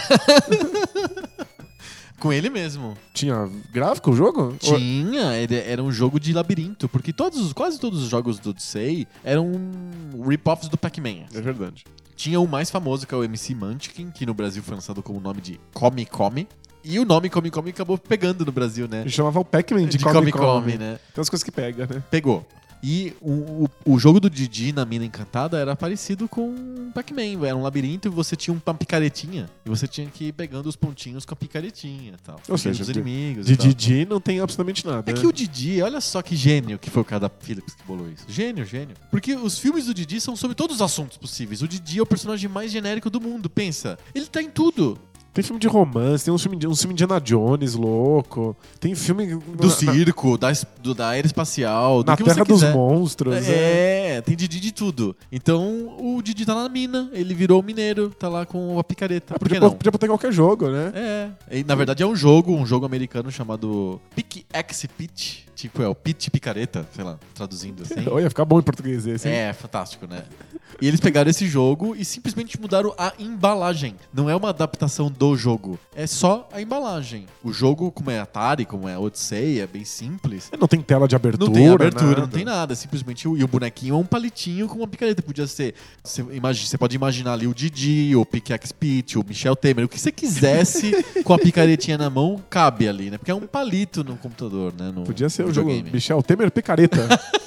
Com ele mesmo. Tinha gráfico o jogo? Tinha, era um jogo de labirinto, porque quase todos os jogos do Odyssey eram rip-offs do Pac-Man. É verdade. Tinha o mais famoso, que é o MC Munchkin, que no Brasil foi lançado como o nome de Come Come. E o nome Come Come acabou pegando no Brasil, né? A gente chamava o Pac-Man de Come Come, né? Tem umas coisas que pega, né? Pegou. E o jogo do Didi na Mina Encantada era parecido com Pac-Man. Era um labirinto e você tinha uma picaretinha. E você tinha que ir pegando os pontinhos com a picaretinha e tal. Ou seja, os inimigos de e tal. Didi não tem absolutamente nada. É que o Didi, olha só que gênio que foi o cara da Philips que bolou isso. Gênio. Porque os filmes do Didi são sobre todos os assuntos possíveis. O Didi é o personagem mais genérico do mundo, pensa. Ele tá em tudo. Tem filme de romance, tem um filme de Indiana Jones louco, tem filme... Do circo, da era espacial, na do que Terra você quiser. dos Monstros. Tem Didi de tudo. Então, o Didi tá na mina, ele virou mineiro, tá lá com a picareta. Por que não? Podia botar qualquer jogo, né? E, na verdade é um jogo americano chamado Pick X Pitch. Tipo, é o Pitch Picareta, sei lá, traduzindo assim. Ia ficar bom em português esse. É, fantástico, né? E eles pegaram esse jogo e simplesmente mudaram a embalagem. Não é uma adaptação do jogo, é só a embalagem. O jogo, como é Atari, como é Odyssey, é bem simples. Não tem tela de abertura. Não tem abertura, nada. não tem nada. Simplesmente e o bonequinho é um palitinho com uma picareta. Podia ser. Você pode imaginar ali o Didi, o Pickaxe Pete, o Michel Temer. O que você quisesse com a picaretinha na mão, cabe ali, né? Porque é um palito no computador, né? Podia ser o jogo videogame. Michel Temer Picareta.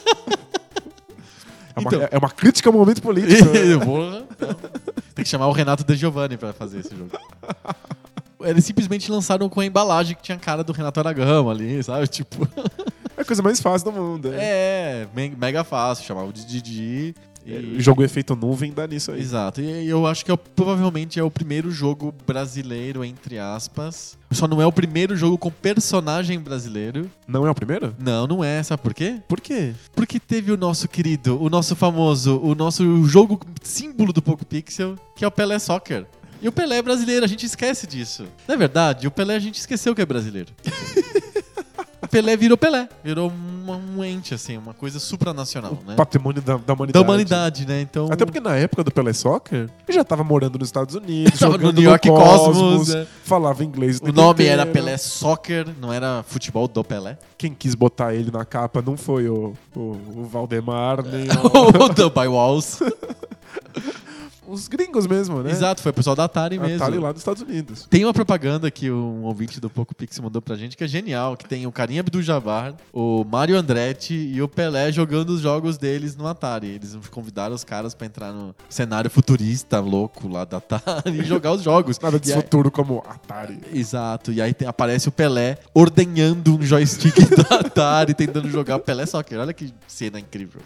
Então. É uma crítica ao momento político. Tem que chamar o Renato De Giovanni pra fazer esse jogo. Eles simplesmente lançaram com a embalagem que tinha a cara do Renato Aragão ali, sabe? Tipo... É a coisa mais fácil do mundo. Mega fácil. Chamava de Didi. E jogo efeito nuvem dá nisso aí. Exato. E eu acho que provavelmente é o primeiro jogo brasileiro, entre aspas. Só não é o primeiro jogo com personagem brasileiro. Não é o primeiro? Não é. Sabe por quê? Por quê? Porque teve o nosso querido, o nosso famoso, o nosso jogo símbolo do Poco Pixel, que é o Pelé Soccer. E o Pelé é brasileiro, a gente esquece disso. Na verdade, o Pelé a gente esqueceu que é brasileiro. O Pelé, virou um ente, assim, uma coisa supranacional, né? Patrimônio da humanidade. Da humanidade, né? Então... Até porque na época do Pelé Soccer, ele já tava morando nos Estados Unidos, Tava jogando no New York Cosmos, falava inglês. O nome era Pelé Soccer, não era futebol do Pelé. Quem quis botar ele na capa não foi o Valdemar, nem o Dubai Walls. Os gringos mesmo, né? Exato, foi o pessoal da Atari mesmo. Atari lá dos Estados Unidos. Tem uma propaganda que um ouvinte do Poco Pixel mandou pra gente que é genial, que tem o Karim Abdul-Jabbar, o Mario Andretti e o Pelé jogando os jogos deles no Atari. Eles convidaram os caras pra entrar no cenário futurista louco lá da Atari e jogar os jogos. Nada de futuro como Atari. Exato, e aí aparece o Pelé ordenhando um joystick da Atari tentando jogar Pelé Soccer. Olha que cena incrível.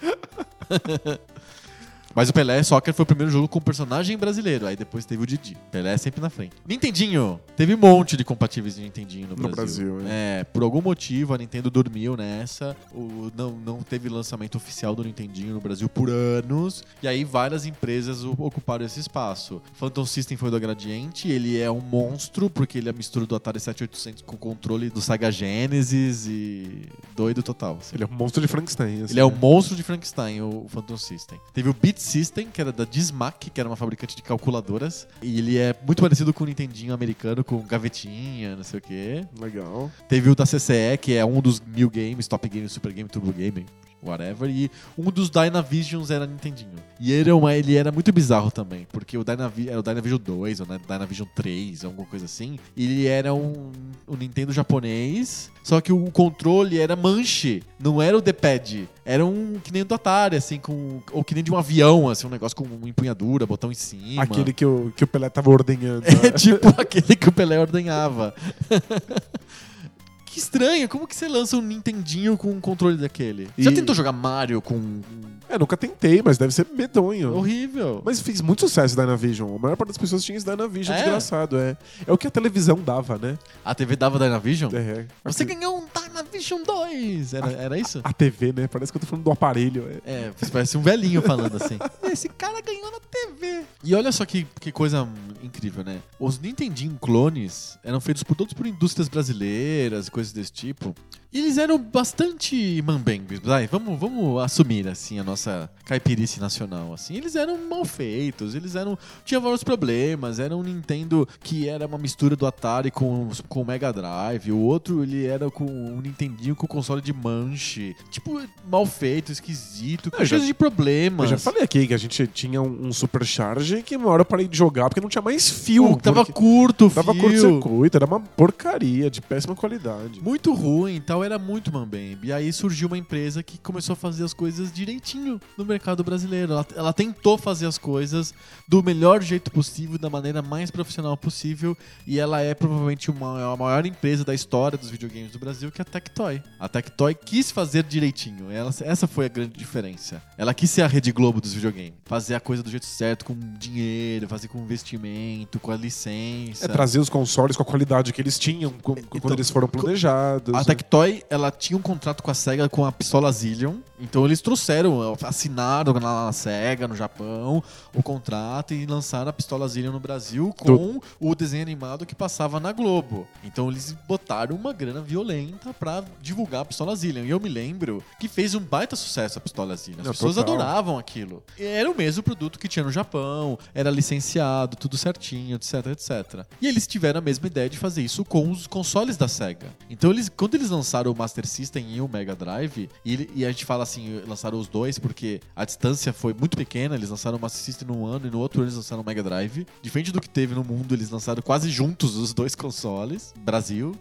Mas o Pelé Soccer foi o primeiro jogo com personagem brasileiro. Aí depois teve o Didi. Pelé sempre na frente. Nintendinho. Teve um monte de compatíveis de Nintendinho no Brasil. Por algum motivo a Nintendo dormiu nessa. Não teve lançamento oficial do Nintendinho no Brasil por anos. E aí várias empresas ocuparam esse espaço. Phantom System foi do Gradiente. Ele é um monstro, porque ele é a mistura do Atari 7800 com o controle do Sega Genesis e doido total. Assim. Ele é um monstro de Frankenstein. Assim, ele é um monstro de Frankenstein, o Phantom System. Teve o Beat System, que era da Dismac, que era uma fabricante de calculadoras. E ele é muito parecido com o Nintendinho americano, com gavetinha, não sei o quê. Legal. Teve o da CCE, que é um dos 1000 games, Top Game, Super Game, Turbo Game, whatever. E um dos Dynavisions era Nintendinho. E ele era muito bizarro também, porque o Dynavision 2, ou Dynavision 3, alguma coisa assim. Ele era um Nintendo japonês, só que o controle era manche, não era o D-pad. Era que nem do Atari, assim, ou que nem de um avião, assim, um negócio com uma empunhadura, botão em cima. Aquele que o Pelé tava ordenhando. É tipo aquele que o Pelé ordenhava. Que estranho, como que você lança um Nintendinho com um controle daquele? Já tentou jogar Mario com... Nunca tentei, mas deve ser medonho. Horrível. Mas fez muito sucesso o Dynavision. A maior parte das pessoas tinha esse Dynavision, desgraçado. É o que a televisão dava, né? A TV dava Dynavision? Você Aqui- ganhou um Dynavision 2! Era isso? A TV, né? Parece que eu tô falando do aparelho. Parece um velhinho falando assim. Esse cara ganhou na TV. E olha só que coisa incrível, né? Os Nintendinho clones eram feitos todos por indústrias brasileiras e coisas desse tipo. E eles eram bastante mambembes, vamos assumir assim a nossa caipirice nacional, assim. Eles eram mal feitos, tinham vários problemas, era um Nintendo que era uma mistura do Atari com o Mega Drive, o outro ele era com um Nintendinho com console de manche, tipo, mal feito, esquisito, cheio de problemas. Eu já falei aqui que a gente tinha um Supercharge que uma hora eu parei de jogar porque não tinha mais fio. Tava curto o fio. Tava curto-circuito, era uma porcaria de péssima qualidade. Muito ruim, então era muito mambembe. E aí surgiu uma empresa que começou a fazer as coisas direitinho no mercado brasileiro. Ela tentou fazer as coisas do melhor jeito possível, da maneira mais profissional possível, e ela é provavelmente a maior empresa da história dos videogames do Brasil, que é a Tectoy. A Tectoy quis fazer direitinho. Essa foi a grande diferença. Ela quis ser a Rede Globo dos videogames. Fazer a coisa do jeito certo, com dinheiro, fazer com investimento, com a licença. Trazer os consoles com a qualidade que eles tinham quando eles foram planejados. A Tectoy, ela tinha um contrato com a SEGA com a pistola Zillion. Então eles assinaram na SEGA, no Japão, o contrato e lançaram a pistola Zillion no Brasil com o desenho animado que passava na Globo. Então eles botaram uma grana violenta pra divulgar a pistola Zillion. E eu me lembro que fez um baita sucesso a pistola Zillion. As pessoas adoravam aquilo. E era o mesmo produto que tinha no Japão, era licenciado, tudo certinho, etc, etc. E eles tiveram a mesma ideia de fazer isso com os consoles da SEGA. Então quando eles lançaram o Master System e o Mega Drive, e a gente fala assim, lançaram os dois porque a distância foi muito pequena, eles lançaram o Master System num ano e no outro eles lançaram o Mega Drive. Diferente do que teve no mundo, eles lançaram quase juntos os dois consoles. Brasil.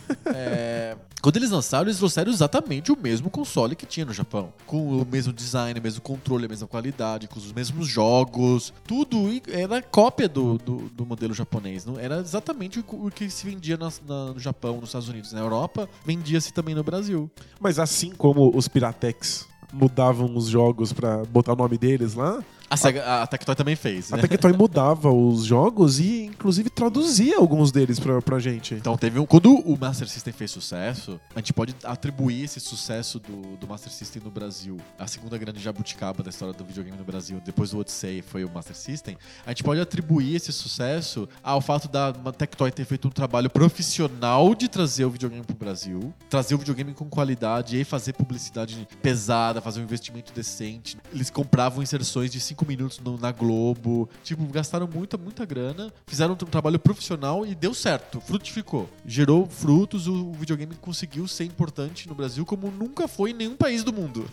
Quando eles lançaram, eles trouxeram exatamente o mesmo console que tinha no Japão. Com o mesmo design, o mesmo controle, a mesma qualidade, com os mesmos jogos. Tudo era cópia do modelo japonês. Não era exatamente o que se vendia no Japão, nos Estados Unidos. Na Europa, vendia-se também no Brasil. Mas assim como os Piratex mudavam os jogos pra botar o nome deles lá, A Tectoy também fez, né? A Tectoy mudava os jogos e, inclusive, traduzia alguns deles pra gente. Então, quando o Master System fez sucesso, a gente pode atribuir esse sucesso do Master System no Brasil, a segunda grande jabuticaba da história do videogame no Brasil, depois do Odyssey foi o Master System, a gente pode atribuir esse sucesso ao fato da Tectoy ter feito um trabalho profissional de trazer o videogame pro Brasil, trazer o videogame com qualidade e fazer publicidade pesada, fazer um investimento decente. Eles compravam inserções de 5 minutos na Globo. Tipo, gastaram muita grana, fizeram um trabalho profissional e deu certo, frutificou. Gerou frutos, o videogame conseguiu ser importante no Brasil como nunca foi em nenhum país do mundo.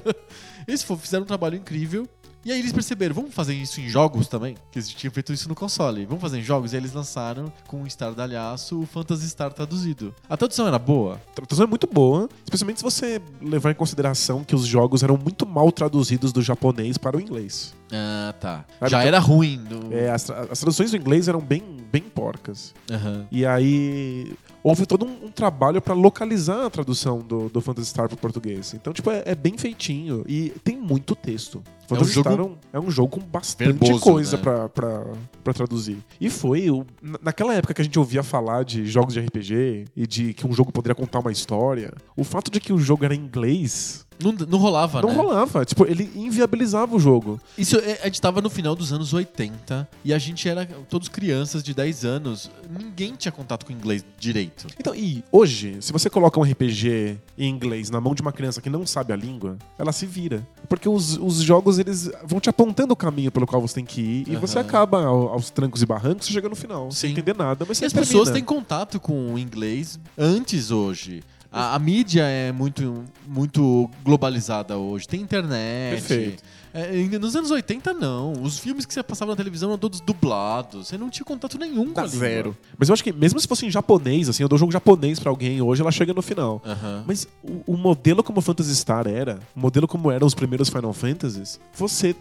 Eles fizeram um trabalho incrível. E aí eles perceberam, vamos fazer isso em jogos também? Que eles tinham feito isso no console. Vamos fazer em jogos? E aí eles lançaram, com um estardalhaço, o Phantasy Star traduzido. A tradução era boa? A tradução é muito boa, especialmente se você levar em consideração que os jogos eram muito mal traduzidos do japonês para o inglês. Ah, tá. Já era ruim. As traduções do inglês eram bem porcas. Uhum. E aí houve todo um trabalho para localizar a tradução do Phantasy Star para o português. Então, tipo, é bem feitinho e tem muito texto. Phantasy Star é um jogo com bastante verboso, coisa, né? pra traduzir. E foi naquela época que a gente ouvia falar de jogos de RPG e de que um jogo poderia contar uma história, o fato de que o jogo era em inglês não rolava, né? Não rolava. Tipo, ele inviabilizava o jogo. Isso, a gente tava no final dos anos 80 e a gente era todos crianças de 10 anos. Ninguém tinha contato com inglês direito. Então, e hoje, se você coloca um RPG em inglês na mão de uma criança que não sabe a língua, ela se vira. Porque os jogos, eles vão te apontando o caminho pelo qual você tem que ir e você acaba aos trancos e barrancos chega no final. Sem entender nada, mas você as pessoas têm contato com o inglês antes hoje. A mídia é muito globalizada hoje. Tem internet. Perfeito. Nos anos 80, não. Os filmes que você passava na televisão eram todos dublados. Você não tinha contato nenhum com a língua. Zero. Mas eu acho que mesmo se fosse em japonês, assim, eu dou um jogo japonês pra alguém hoje, ela chega no final. Mas o modelo como Phantasy Star era, o modelo como eram os primeiros Final Fantasies, você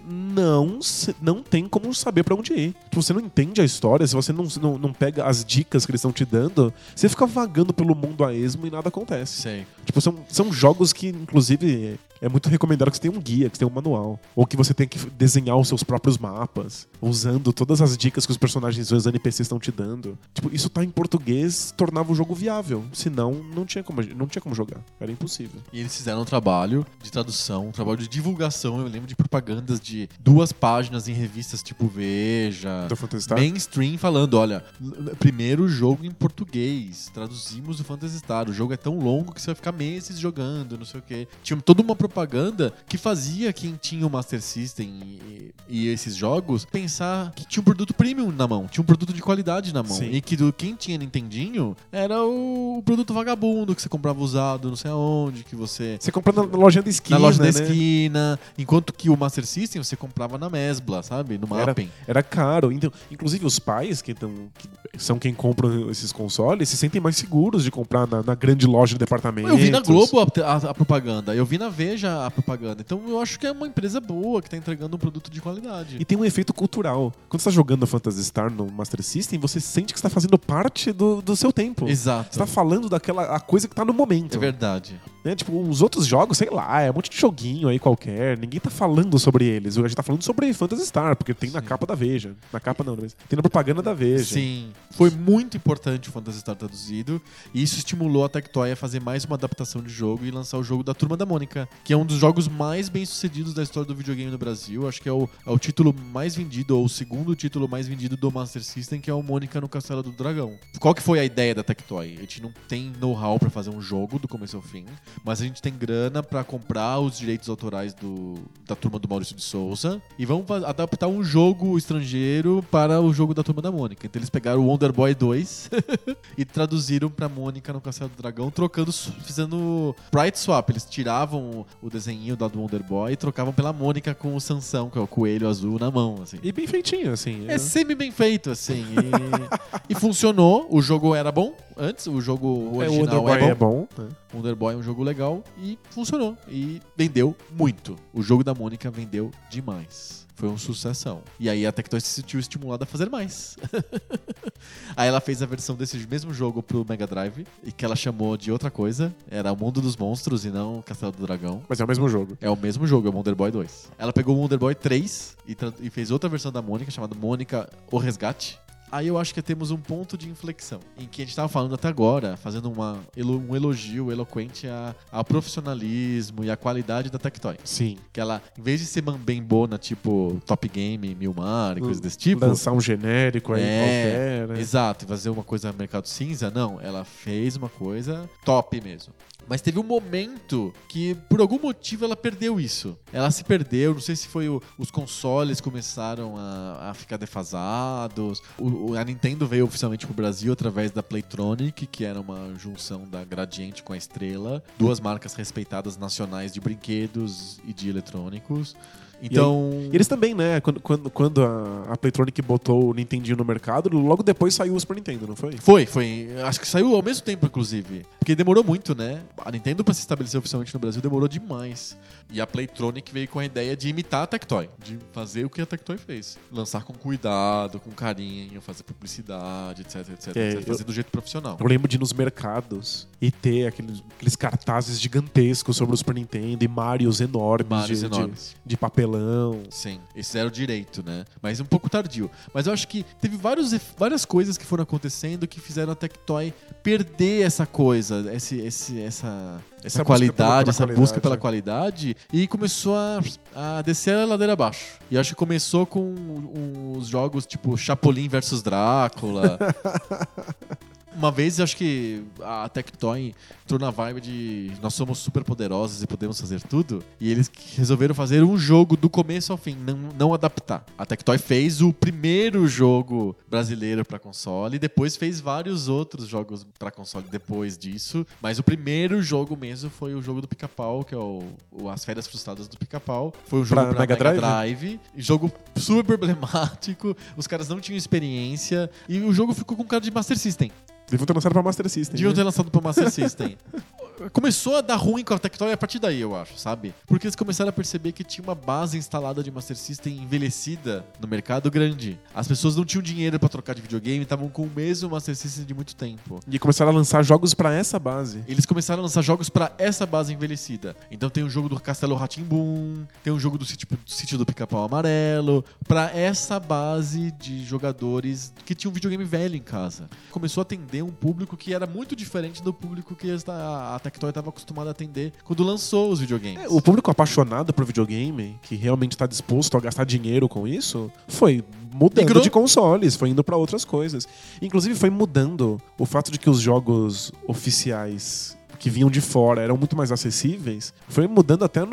não tem como saber pra onde ir. Tipo, você não entende a história, se você não pega as dicas que eles estão te dando, você fica vagando pelo mundo a esmo e nada acontece. Sei. Tipo, são jogos que, inclusive, é muito recomendado que você tenha um guia, que você tenha um manual. Ou que você tenha que desenhar os seus próprios mapas, usando todas as dicas que os personagens e os NPCs estão te dando. Tipo, isso tá em português, tornava o jogo viável. Senão, não tinha como jogar. Era impossível. E eles fizeram um trabalho de tradução, um trabalho de divulgação. Eu lembro de propagandas de 2 páginas em revistas tipo Veja, Do Phantasy Star? mainstream, falando, olha, primeiro jogo em português, traduzimos o Phantasy Star, o jogo é tão longo que você vai ficar meses jogando, não sei o quê. Tinha toda uma propaganda que fazia quem tinha o Master System e esses jogos pensar que tinha um produto premium na mão, tinha um produto de qualidade na mão. Sim. E que quem tinha Nintendinho era o produto vagabundo que você comprava usado, não sei aonde, que você... Você compra na lojinha da esquina, Na loja da né? esquina, enquanto que o Master System você comprava na Mesbla, sabe? No Mapping. Era caro. Então, inclusive os pais que são quem compram esses consoles se sentem mais seguros de comprar na grande loja de departamentos. Eu vi na Globo a propaganda, eu vi na Veja a propaganda. Então eu acho que é uma empresa boa que tá entregando um produto de qualidade. E tem um efeito cultural. Quando você tá jogando Phantasy Star no Master System, você sente que você tá fazendo parte do seu tempo. Exato. Você tá falando a coisa que tá no momento. É verdade. Né? Tipo, os outros jogos, sei lá, é um monte de joguinho aí qualquer. Ninguém tá falando sobre eles. A gente tá falando sobre Phantasy Star, porque tem na capa da Veja. Na capa não, mas tem na propaganda da Veja. Sim. Foi muito importante o Phantasy Star traduzido. E isso estimulou a Tectoy a fazer mais uma adaptação de jogo e lançar o jogo da Turma da Mônica, que é um dos jogos mais bem-sucedidos da história do videogame no Brasil. Acho que é o título mais vendido, ou o segundo título mais vendido do Master System, que é o Mônica no Castelo do Dragão. Qual que foi a ideia da Tectoy? A gente não tem know-how pra fazer um jogo do começo ao fim, mas a gente tem grana pra comprar os direitos autorais da Turma do Maurício de Souza e vamos adaptar um jogo estrangeiro para o jogo da Turma da Mônica. Então eles pegaram o Wonder Boy 2 e traduziram pra Mônica no Castelo do Dragão, fazendo sprite swap. Eles tiravam o desenho do Wonder Boy e trocavam pela Mônica com o Sansão, que é o coelho azul, na mão, assim. E bem feitinho, assim. É sempre bem feito, assim. E funcionou. O jogo era bom antes, o jogo original o Wonder Boy é bom. O Wonder Boy é um jogo legal e funcionou. E vendeu muito. O jogo da Mônica vendeu demais. Foi uma sucessão. E aí a Tectoy se sentiu estimulada a fazer mais. Aí ela fez a versão desse mesmo jogo pro Mega Drive, e que ela chamou de outra coisa. Era o Mundo dos Monstros e não o Castelo do Dragão. Mas é o mesmo jogo. É o mesmo jogo, é o Wonder Boy 2. Ela pegou o Wonder Boy 3 e fez outra versão da Mônica, chamada Mônica O Resgate. Aí eu acho que temos um ponto de inflexão, em que a gente tava falando até agora, fazendo um elogio eloquente ao profissionalismo e à qualidade da Tectoy. Sim. Que ela, em vez de ser bambembona, tipo Top Game, Milmar e coisas desse tipo... Lançar um genérico aí qualquer, né? Exato, e fazer uma coisa no mercado cinza, não. Ela fez uma coisa top mesmo. Mas teve um momento que, por algum motivo, ela perdeu isso. Ela se perdeu, não sei se foi os consoles começaram a ficar defasados. A Nintendo veio oficialmente pro Brasil através da Playtronic, que era uma junção da Gradiente com a Estrela. 2 marcas respeitadas nacionais de brinquedos e de eletrônicos. Então... E eles também, né? Quando a Playtronic botou o Nintendinho no mercado, logo depois saiu o Super Nintendo, não foi? Foi. Acho que saiu ao mesmo tempo, inclusive. Porque demorou muito, né? A Nintendo, pra se estabelecer oficialmente no Brasil, demorou demais. E a Playtronic veio com a ideia de imitar a Tectoy. De fazer o que a Tectoy fez. Lançar com cuidado, com carinho, fazer publicidade, etc. Fazer do jeito profissional. Eu lembro de ir nos mercados e ter aqueles cartazes gigantescos sobre o Super Nintendo e Marios enormes. De papelão. Sim, esse era o direito, né? Mas um pouco tardio. Mas eu acho que teve várias coisas que foram acontecendo que fizeram a Tectoy perder essa coisa, essa qualidade, essa busca pela qualidade, e começou a descer a ladeira abaixo. E acho que começou com os jogos tipo Chapolin vs Drácula. Uma vez, eu acho que a Tectoy entrou na vibe de nós somos super poderosos e podemos fazer tudo. E eles resolveram fazer um jogo do começo ao fim, não adaptar. A Tectoy fez o primeiro jogo brasileiro pra console e depois fez vários outros jogos pra console depois disso. Mas o primeiro jogo mesmo foi o jogo do Pica-Pau, que é As Férias Frustradas do Pica-Pau. Foi um jogo pra Mega Drive. Jogo super problemático. Os caras não tinham experiência. E o jogo ficou com cara de Master System. Deviam ter lançado pra Master System. Deviam ter lançado pra Master System. Começou a dar ruim com a Tectoy a partir daí, eu acho, sabe? Porque eles começaram a perceber que tinha uma base instalada de Master System envelhecida no mercado grande. As pessoas não tinham dinheiro pra trocar de videogame, estavam com o mesmo Master System de muito tempo. E começaram a lançar jogos pra essa base. Eles começaram a lançar jogos pra essa base envelhecida. Então tem um jogo do Castelo Rá-Tim-Bum, tem um jogo do Sítio do Pica-Pau Amarelo, pra essa base de jogadores que tinham um videogame velho em casa. Começou a atender um público que era muito diferente do público que a Tectoy estava acostumada a atender quando lançou os videogames. O público apaixonado por videogame, que realmente está disposto a gastar dinheiro com isso, foi mudando de consoles, foi indo para outras coisas. Inclusive foi mudando o fato de que os jogos oficiais que vinham de fora eram muito mais acessíveis, foi mudando até o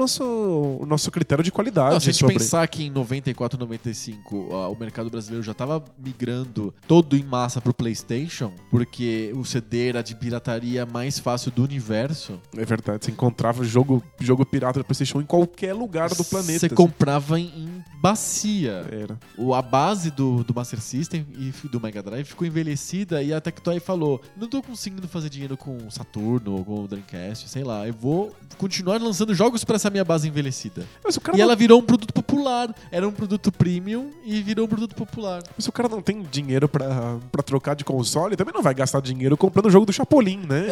nosso critério de qualidade. Se a gente pensar que em 94, 95 o mercado brasileiro já estava migrando todo em massa pro PlayStation, porque o CD era de pirataria mais fácil do universo. É verdade, você encontrava jogo pirata do PlayStation em qualquer lugar do planeta. Você comprava em bacia. Era. A base do Master System e do Mega Drive ficou envelhecida e a Tectoy falou: não tô conseguindo fazer dinheiro com o Saturno ou com o Dreamcast, sei lá, eu vou continuar lançando jogos pra essa minha base envelhecida. Ela virou um produto popular. Era um produto premium e virou um produto popular. Mas se o cara não tem dinheiro pra trocar de console, também não vai gastar dinheiro comprando o jogo do Chapolin, né?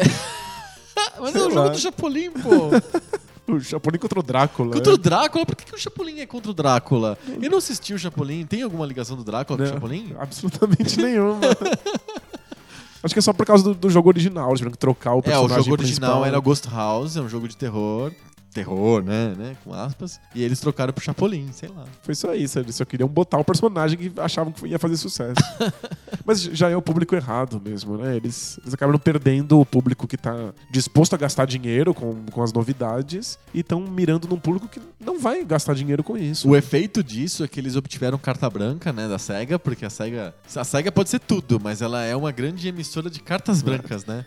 Mas é o jogo do Chapolin, pô. O Chapolin contra o Drácula. Contra o Drácula? Por que o Chapolin é contra o Drácula? Eu não assisti o Chapolin. Tem alguma ligação do Drácula com o Chapolin? Absolutamente nenhuma. Acho que é só por causa do jogo original. Eles tiveram que trocar o personagem principal. O jogo principal. original era o Ghost House, é um jogo de terror. Terror, né? Com aspas. E eles trocaram pro Chapolin, sei lá. Foi só isso. Eles só queriam botar o personagem que achavam que ia fazer sucesso. Mas já é o público errado mesmo, né? Eles acabaram perdendo o público que tá disposto a gastar dinheiro com as novidades e estão mirando num público que não vai gastar dinheiro com isso. O efeito disso é que eles obtiveram carta branca, né, da SEGA, porque a SEGA pode ser tudo, mas ela é uma grande emissora de cartas brancas, né?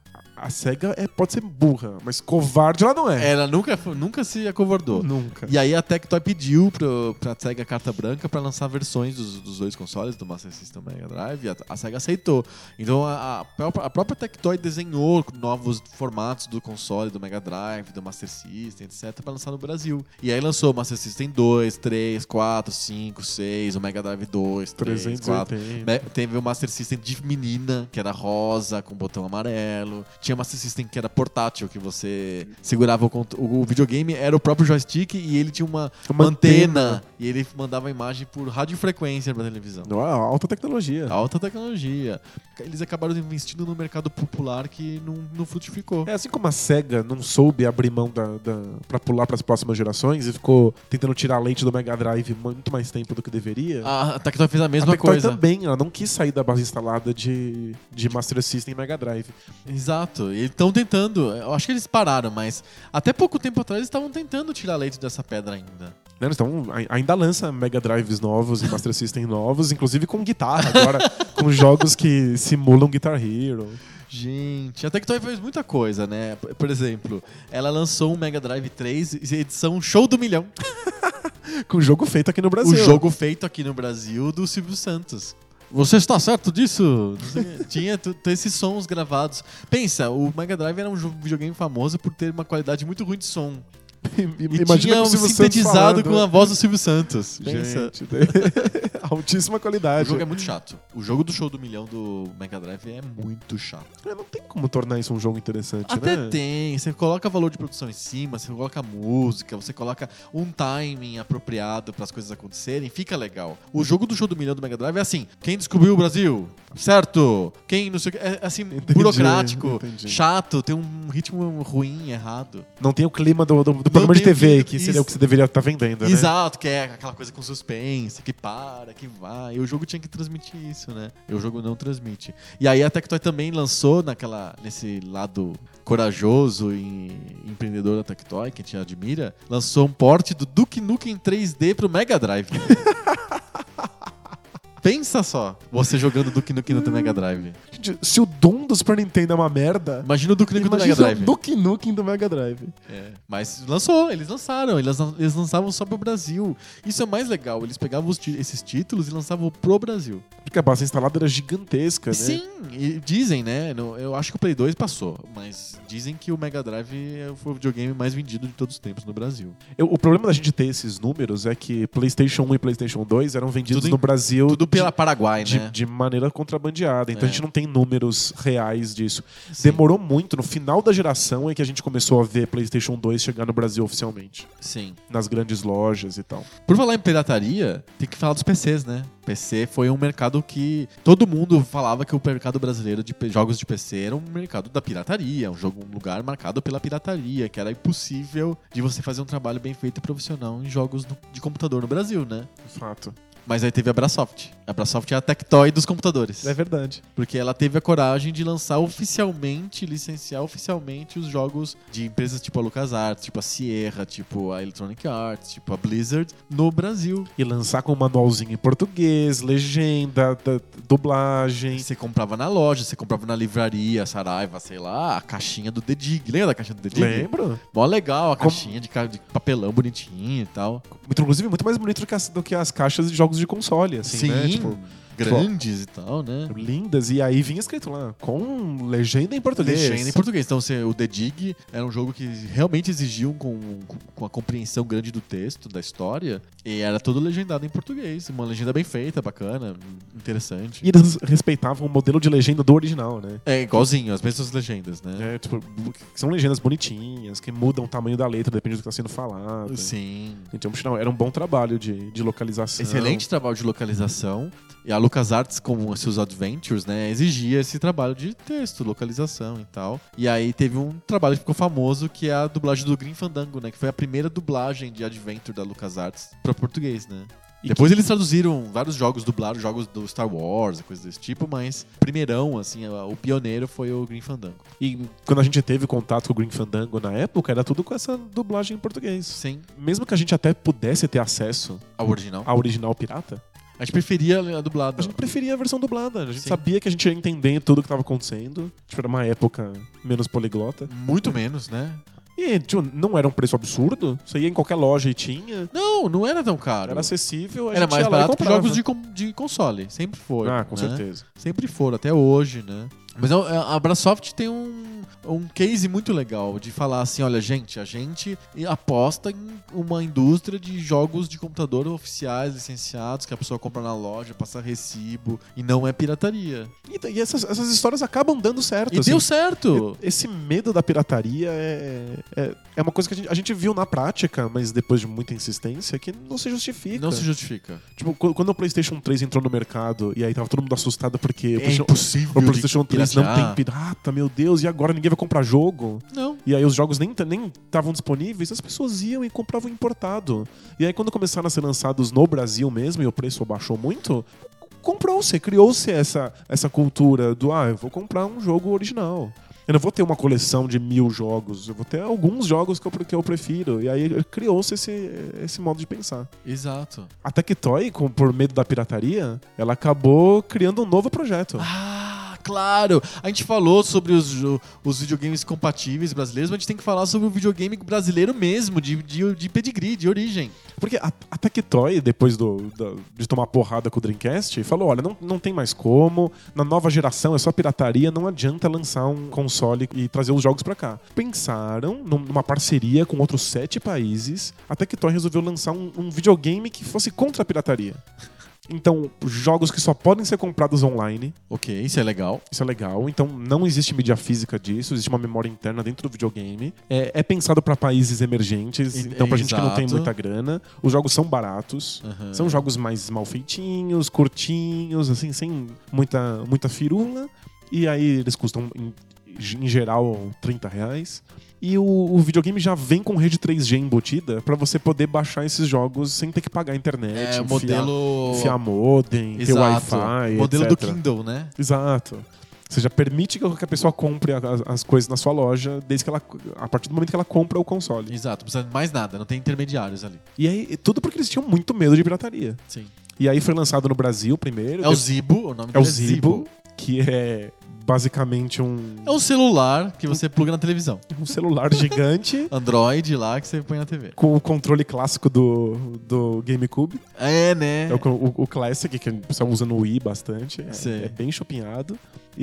A SEGA pode ser burra, mas covarde ela não é. Ela nunca se acovardou. Nunca. E aí a Tectoy pediu pra SEGA carta branca pra lançar versões dos dois consoles, do Master System e Mega Drive, e a SEGA aceitou. Então a própria Tectoy desenhou novos formatos do console, do Mega Drive, do Master System, etc, pra lançar no Brasil. E aí lançou o Master System 2, 3, 4, 5, 6, o Mega Drive 2, 3, 4. Teve o Master System de menina, que era rosa, com botão amarelo. Tinha Master System que era portátil, que você segurava o videogame, era o próprio joystick e ele tinha uma antena e ele mandava a imagem por radiofrequência pra televisão. Alta tecnologia. Alta tecnologia. Eles acabaram investindo no mercado popular que não frutificou. É assim como a SEGA não soube abrir mão pra pular pras próximas gerações e ficou tentando tirar leite do Mega Drive muito mais tempo do que deveria. A Tectoy fez a mesma coisa. A Tectoy também, ela não quis sair da base instalada de Master System e Mega Drive. Exato. E eles estão tentando. Eu acho que eles pararam, mas até pouco tempo atrás eles estavam tentando tirar leite dessa pedra ainda. Então, ainda lança Mega Drives novos e Master System novos, inclusive com guitarra agora, com jogos que simulam Guitar Hero. Gente, a Tectoy fez muita coisa, né? Por exemplo, ela lançou um Mega Drive 3 edição Show do Milhão. Com o jogo feito aqui no Brasil. O jogo feito aqui no Brasil do Silvio Santos. Você está certo disso? Tinha esses sons gravados. Pensa, o Mega Drive era um videogame famoso por ter uma qualidade muito ruim de som. E tinha um sintetizado com a voz do Silvio Santos. Pensa. Gente, altíssima qualidade. O jogo é muito chato. O jogo do Show do Milhão do Mega Drive é muito chato. Não tem como tornar isso um jogo interessante, Até né? tem. Você coloca valor de produção em cima, você coloca música, você coloca um timing apropriado para as coisas acontecerem, fica legal. O jogo do Show do Milhão do Mega Drive é assim, quem descobriu o Brasil? Certo? Quem não sei o que. É assim, burocrático, chato, tem um ritmo ruim, errado. Não tem o clima do programa de tem TV, que- que seria isso. o que você deveria estar vendendo, né? Exato, que é aquela coisa com suspense, que para, que vai. E o jogo tinha que transmitir isso, né? E o jogo não transmite. E aí a Tectoy também lançou nesse lado corajoso e empreendedor da Tectoy, que a gente admira, lançou um port do Duke Nukem 3D pro Mega Drive. Pensa só, você jogando Duke Nukem no Mega Drive. Gente, se o Doom do Super Nintendo é uma merda, Imagina o Duke Nukem do Mega imagina Drive. o Duke Nukem do Mega Drive. É, mas lançou, eles lançaram, eles lançavam só pro Brasil. Isso é mais legal, eles pegavam esses títulos e lançavam pro Brasil. Porque a base instalada era gigantesca, né? Sim, e dizem, né? Eu acho que o Play 2 passou, mas dizem que o Mega Drive foi o videogame mais vendido de todos os tempos no Brasil. O problema da gente ter esses números é que PlayStation 1 e PlayStation 2 eram vendidos Tudo em- no Brasil Tudo pela Paraguai, né? de maneira contrabandeada. Então É. a gente não tem números reais disso. Sim. Demorou muito. No final da geração é que a gente começou a ver PlayStation 2 chegar no Brasil oficialmente. Sim. Nas grandes lojas e tal. Por falar em pirataria, tem que falar dos PCs, né? PC foi um mercado que todo mundo falava que o mercado brasileiro de jogos de PC era um mercado da pirataria, um lugar marcado pela pirataria, que era impossível de você fazer um trabalho bem feito e profissional em jogos de computador no Brasil, né? De fato. Mas aí teve a Abrasoft. A Abrasoft é a Tectoy dos computadores. É verdade. Porque ela teve a coragem de lançar oficialmente, licenciar oficialmente os jogos de empresas tipo a LucasArts, tipo a Sierra, tipo a Electronic Arts, tipo a Blizzard, no Brasil. E lançar com um manualzinho em português, legenda, dublagem. Você comprava na loja, você comprava na livraria, Saraiva, sei lá, a caixinha do The Dig. Lembra da caixinha do The Dig? Lembro? Mó legal, a Como- caixinha de papelão bonitinho e tal. Inclusive, muito mais bonito do que as caixas de jogos de console, assim, né? Tipo, grandes e tal, né? lindas. E aí vinha escrito lá, com legenda em português. Legenda em português. Então, o The Dig era um jogo que realmente exigia com a compreensão grande do texto, da história, e era todo legendado em português. Uma legenda bem feita, bacana, interessante. E eles respeitavam o modelo de legenda do original, né? É igualzinho, as mesmas legendas, né? Tipo, são legendas bonitinhas, que mudam o tamanho da letra, depende do que está sendo falado. Sim. Então, era um bom trabalho de localização. Excelente trabalho de localização. E a LucasArts, com os seus adventures, né, exigia esse trabalho de texto, localização e tal. E aí teve um trabalho que ficou famoso, que é a dublagem do Grim Fandango, né, que foi a primeira dublagem de adventure da LucasArts para português, né. Depois eles traduziram vários jogos, dublaram jogos do Star Wars, coisas desse tipo, mas primeirão, assim, o pioneiro foi o Grim Fandango. E quando a gente teve contato com o Grim Fandango na época, era tudo com essa dublagem em português. Sim. Mesmo que a gente até pudesse ter acesso A original. à original pirata, A gente preferia a dublada. a gente preferia a versão dublada. A gente Sim. sabia que a gente ia entender tudo o que estava acontecendo. Tipo, era uma época menos poliglota. Muito menos, né? E tipo, não era um preço absurdo. Você ia em qualquer loja e tinha. Não era tão caro. Era acessível. Era gente mais ia lá e barato que comprava. jogos de console. Sempre foi. Ah, com né? certeza. Sempre foram, até hoje, né? Mas a Abrasoft tem um case muito legal de falar assim, olha, gente, a gente aposta em uma indústria de jogos de computador oficiais, licenciados, que a pessoa compra na loja, passa recibo, e não é pirataria. E essas histórias acabam dando certo. E assim. deu certo! Esse medo da pirataria é uma coisa que a gente viu na prática, mas depois de muita insistência, que não se justifica. Não se justifica. Tipo, quando o PlayStation 3 entrou no mercado e aí tava todo mundo assustado porque impossível o PlayStation de 3 não piratear. tem pirata, meu Deus, e agora ninguém vai comprar jogo? Não. E aí os jogos nem estavam disponíveis, as pessoas iam e compravam importado. E aí quando começaram a ser lançados no Brasil mesmo e o preço baixou muito, criou-se essa cultura do, eu vou comprar um jogo original. Eu não vou ter uma coleção de 1000 jogos, eu vou ter alguns jogos que eu prefiro. E aí criou-se esse modo de pensar. Exato. A Tectoy, por medo da pirataria, ela acabou criando um novo projeto. Claro! A gente falou sobre os videogames compatíveis brasileiros, mas a gente tem que falar sobre o videogame brasileiro mesmo, de pedigree, de origem. Porque a Tectoy, depois de tomar porrada com o Dreamcast, falou, olha, não tem mais como, na nova geração é só pirataria, não adianta lançar um console e trazer os jogos pra cá. Pensaram numa parceria com outros 7 países, a Tectoy resolveu lançar um videogame que fosse contra a pirataria. Então, jogos que só podem ser comprados online. Ok, isso é legal. Isso é legal. Então, não existe mídia física disso. Existe uma memória interna dentro do videogame. É pensado para países emergentes. Então, pra gente que não tem Exato. muita grana. Os jogos são baratos. Uhum. São jogos mais mal feitinhos, curtinhos, assim, sem muita firula. E aí, eles custam em geral, R$30. E o videogame já vem com rede 3G embutida pra você poder baixar esses jogos sem ter que pagar a internet, enfiar modem, ter Wi-Fi, modelo etc. do Kindle, né? Exato. Você já permite que a pessoa compre as coisas na sua loja a partir do momento que ela compra o console. Exato, não precisa de mais nada, não tem intermediários ali. E aí, tudo porque eles tinham muito medo de pirataria. Sim. E aí foi lançado no Brasil primeiro. É o Zibo, o nome É o dele Zibo, que é basicamente É um celular que você pluga na televisão. um celular gigante Android lá que você põe na TV. com o controle clássico do GameCube. É, né? É o Classic, que o pessoal usa no Wii bastante. Sim. É bem chupinhado.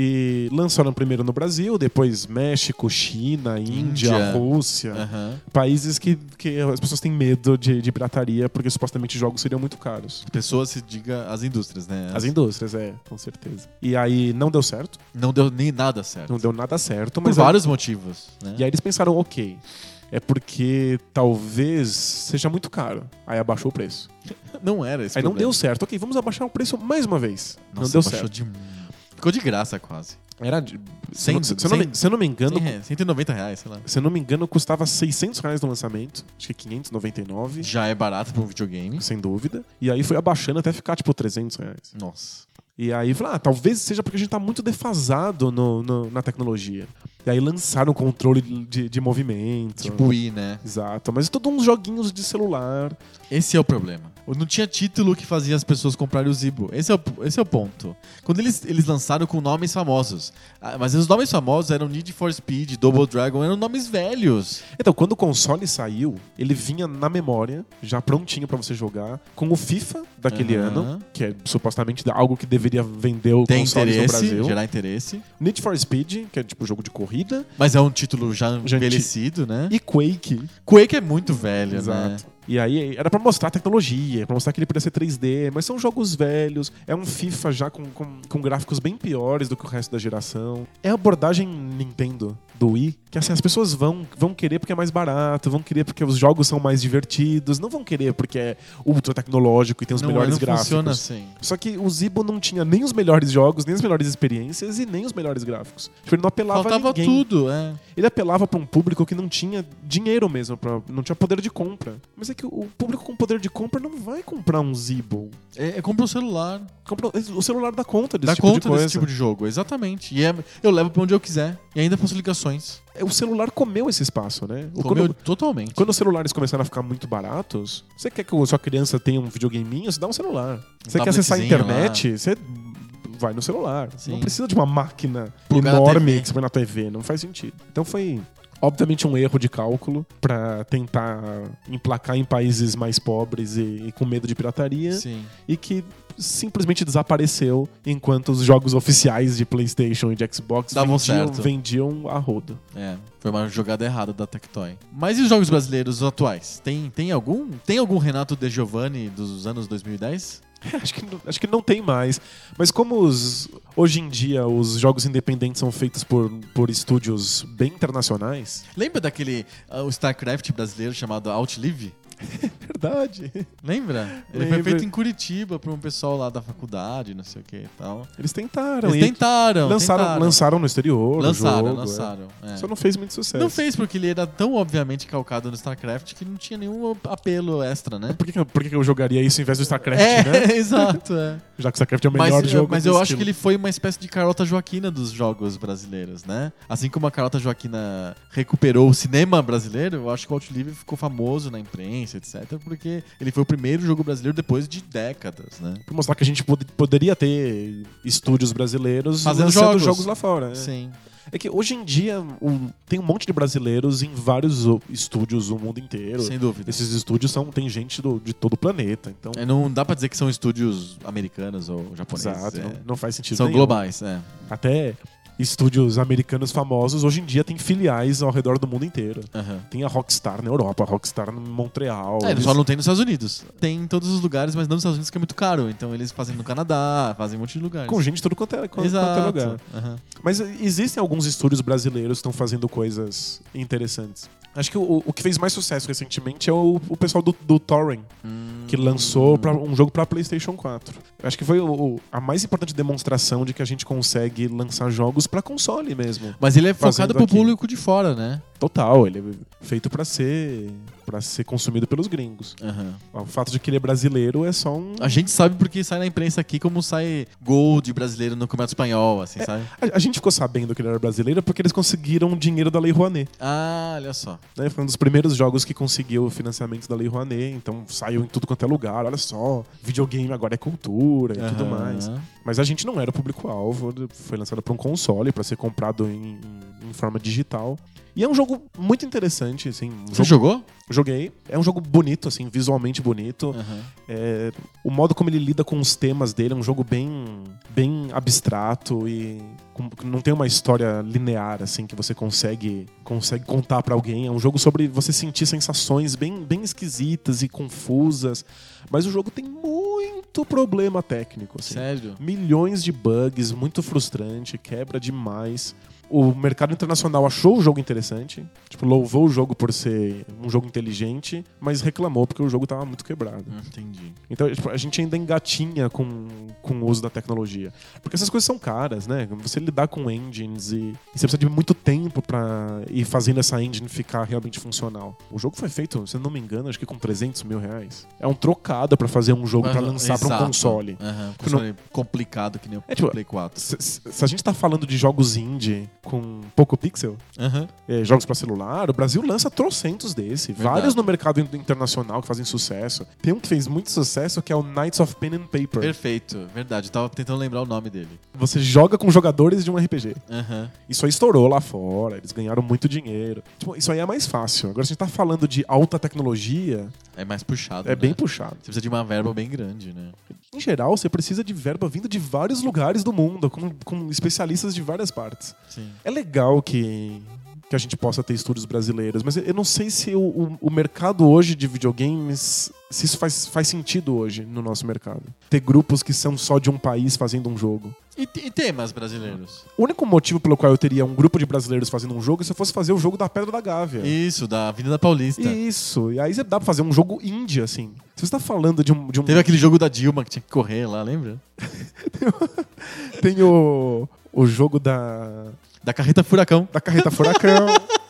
E lançaram primeiro no Brasil, depois México, China, Índia, Rússia. Aham. Países que as pessoas têm medo de pirataria porque supostamente jogos seriam muito caros. Pessoas, se diga, as indústrias, né? As indústrias, com certeza. E aí não deu certo. Não deu nem nada certo. Não deu nada certo. Por Mas vários motivos, né? E aí eles pensaram, ok, é porque talvez seja muito caro. Aí abaixou o preço. Não era esse Aí não problema. deu certo. Ok, vamos abaixar o preço mais uma vez. Nossa, não deu baixou certo. Ficou de graça quase. Era se eu não me engano, R$190, sei lá. se eu não me engano, custava R$600 no lançamento. Acho que 599, Já é barato pra um videogame. sem dúvida. E aí foi abaixando até ficar tipo R$300. Nossa. E aí falei, talvez seja porque a gente tá muito defasado na tecnologia. E aí lançaram controle de movimento. Tipo Wii, né? Exato, mas todos uns joguinhos de celular. Esse é o problema. Não tinha título que fazia as pessoas comprarem o Zibo. Esse é o ponto. Quando eles lançaram com nomes famosos. Mas os nomes famosos eram Need for Speed, Double Dragon, eram nomes velhos. Então, quando o console saiu, ele vinha na memória, já prontinho pra você jogar, com o FIFA daquele ano, que é supostamente algo que deveria vender o Tem console no interesse, Brasil. gerar interesse. Need for Speed, que é tipo jogo de corrida. Mas é um título já envelhecido, né? E Quake. Quake é muito velho, né? Exato. E aí era pra mostrar a tecnologia, pra mostrar que ele podia ser 3D, mas são jogos velhos, é um FIFA já com gráficos bem piores do que o resto da geração. É a abordagem Nintendo do Wii, que assim, as pessoas vão querer porque é mais barato, vão querer porque os jogos são mais divertidos, não vão querer porque é ultra tecnológico e tem os melhores gráficos. Funciona assim. Só que o Zibo não tinha nem os melhores jogos, nem as melhores experiências e nem os melhores gráficos. Tipo, ele não apelava Faltava a ninguém. tudo, Ele apelava pra um público que não tinha dinheiro mesmo, não tinha poder de compra. Mas é que o público com poder de compra não vai comprar um Zibo. Compra um celular. O celular dá conta desse Dá tipo de conta coisa. desse tipo de jogo, exatamente. E eu levo pra onde eu quiser. E ainda posso ligações. O celular comeu esse espaço, né? Comeu totalmente. Quando os celulares começaram a ficar muito baratos, você quer que a sua criança tenha um videogaminho, você dá um celular. Você quer acessar a internet, você vai no celular. Sim. Não precisa de uma máquina Plugar na enorme TV. que você põe na TV. Não faz sentido. Então foi, obviamente, um erro de cálculo pra tentar emplacar em países mais pobres e com medo de pirataria. Sim. E que simplesmente desapareceu enquanto os jogos oficiais de PlayStation e de Xbox Davam certo. vendiam a rodo. Foi uma jogada errada da Tectoy. Mas e os jogos brasileiros atuais? Tem algum Renato De Giovanni dos anos 2010? Acho que não tem mais. Mas como hoje em dia os jogos independentes são feitos por estúdios bem internacionais... Lembra daquele o StarCraft brasileiro chamado Outlive? Verdade. Lembra? Ele Lembro. foi feito em Curitiba por um pessoal lá da faculdade, não sei o que e tal. Eles tentaram. Eles tentaram. Lançaram no exterior. Lançaram. Só não fez muito sucesso. Não fez porque ele era tão obviamente calcado no StarCraft que não tinha nenhum apelo extra, né? Por que eu jogaria isso em vez do StarCraft, né? Exato. Já que o StarCraft é o melhor jogo. Mas eu acho que ele foi uma espécie de Carlota Joaquina dos jogos brasileiros, né? Assim como a Carlota Joaquina recuperou o cinema brasileiro, eu acho que o Outlive ficou famoso na imprensa, etc. Porque ele foi o primeiro jogo brasileiro depois de décadas, né? Pra mostrar que a gente poderia ter estúdios brasileiros fazendo lançando jogos lá fora. Né? Sim. É que hoje em dia tem um monte de brasileiros em vários estúdios do mundo inteiro. Sem dúvida. Esses estúdios tem gente de todo o planeta. Então, Não dá pra dizer que são estúdios americanos ou japoneses. exato, não faz sentido São nenhum. globais, Até estúdios americanos famosos hoje em dia tem filiais ao redor do mundo inteiro. Uhum. Tem a Rockstar na Europa, a Rockstar em Montreal. Só não tem nos Estados Unidos. Tem em todos os lugares, mas não nos Estados Unidos, que é muito caro. Então eles fazem no Canadá, fazem um monte de lugares. Com gente de tudo quanto é lugar. Uhum. Mas existem alguns estúdios brasileiros que estão fazendo coisas interessantes. Acho que o que fez mais sucesso recentemente é o pessoal do Torrent, que lançou um jogo pra PlayStation 4. Eu acho que foi a mais importante demonstração de que a gente consegue lançar jogos pra console mesmo. Mas ele é focado Fazendo pro aqui. público de fora, né? Total, ele é feito pra ser consumido pelos gringos. O fato de que ele é brasileiro é só um... A gente sabe porque sai na imprensa aqui como sai gol de brasileiro no Campeonato Espanhol, assim, sabe? A gente ficou sabendo que ele era brasileiro porque eles conseguiram dinheiro da Lei Rouanet. Ah, olha só. Né? Foi um dos primeiros jogos que conseguiu o financiamento da Lei Rouanet, então saiu em tudo quanto é lugar. Olha só, videogame agora é cultura e tudo mais. Mas a gente não era o público-alvo, foi lançado para um console, para ser comprado em forma digital. E é um jogo muito interessante, assim. Você jogou? Joguei. É um jogo bonito, assim, visualmente bonito. O modo como ele lida com os temas dele é um jogo bem abstrato e não tem uma história linear, assim, que você consegue contar pra alguém. É um jogo sobre você sentir sensações bem esquisitas e confusas. Mas o jogo tem muito problema técnico, assim. Sério? Milhões de bugs, muito frustrante, quebra demais. O mercado internacional achou o jogo interessante, tipo, louvou o jogo por ser um jogo inteligente, mas reclamou porque o jogo tava muito quebrado. Entendi. Então, tipo, a gente ainda engatinha com o uso da tecnologia. Porque essas coisas são caras, né? Você lidar com engines e você precisa de muito tempo pra ir fazendo essa engine ficar realmente funcional. O jogo foi feito, se eu não me engano, acho que com 300 mil reais. É um trocado pra fazer um jogo pra lançar pra um console. Console complicado que nem o tipo, Play 4. Se a gente tá falando de jogos indie com pouco pixel, jogos pra celular, o Brasil lança trocentos desse. Verdade. Vários no mercado internacional que fazem sucesso. Tem um que fez muito sucesso que é o Knights of Pen and Paper. Perfeito, verdade. Tava tentando lembrar o nome dele. Você joga com jogadores de um RPG. Aham. Isso aí estourou lá fora, eles ganharam muito dinheiro. Tipo, isso aí é mais fácil. Agora, se a gente tá falando de alta tecnologia, É mais puxado, é né? bem puxado. Você precisa de uma verba bem grande, né? Em geral, você precisa de verba vindo de vários lugares do mundo, com especialistas de várias partes. Sim. É legal que a gente possa ter estúdios brasileiros, mas eu não sei se o mercado hoje de videogames, se isso faz sentido hoje no nosso mercado. Ter grupos que são só de um país fazendo um jogo. E temas brasileiros? O único motivo pelo qual eu teria um grupo de brasileiros fazendo um jogo é se eu fosse fazer o jogo da Pedra da Gávea. Isso, da Avenida Paulista. Isso. E aí dá pra fazer um jogo indie, assim. Se você tá falando de um... Teve aquele jogo da Dilma que tinha que correr lá, lembra? Tem o jogo da Carreta Furacão. Da Carreta Furacão.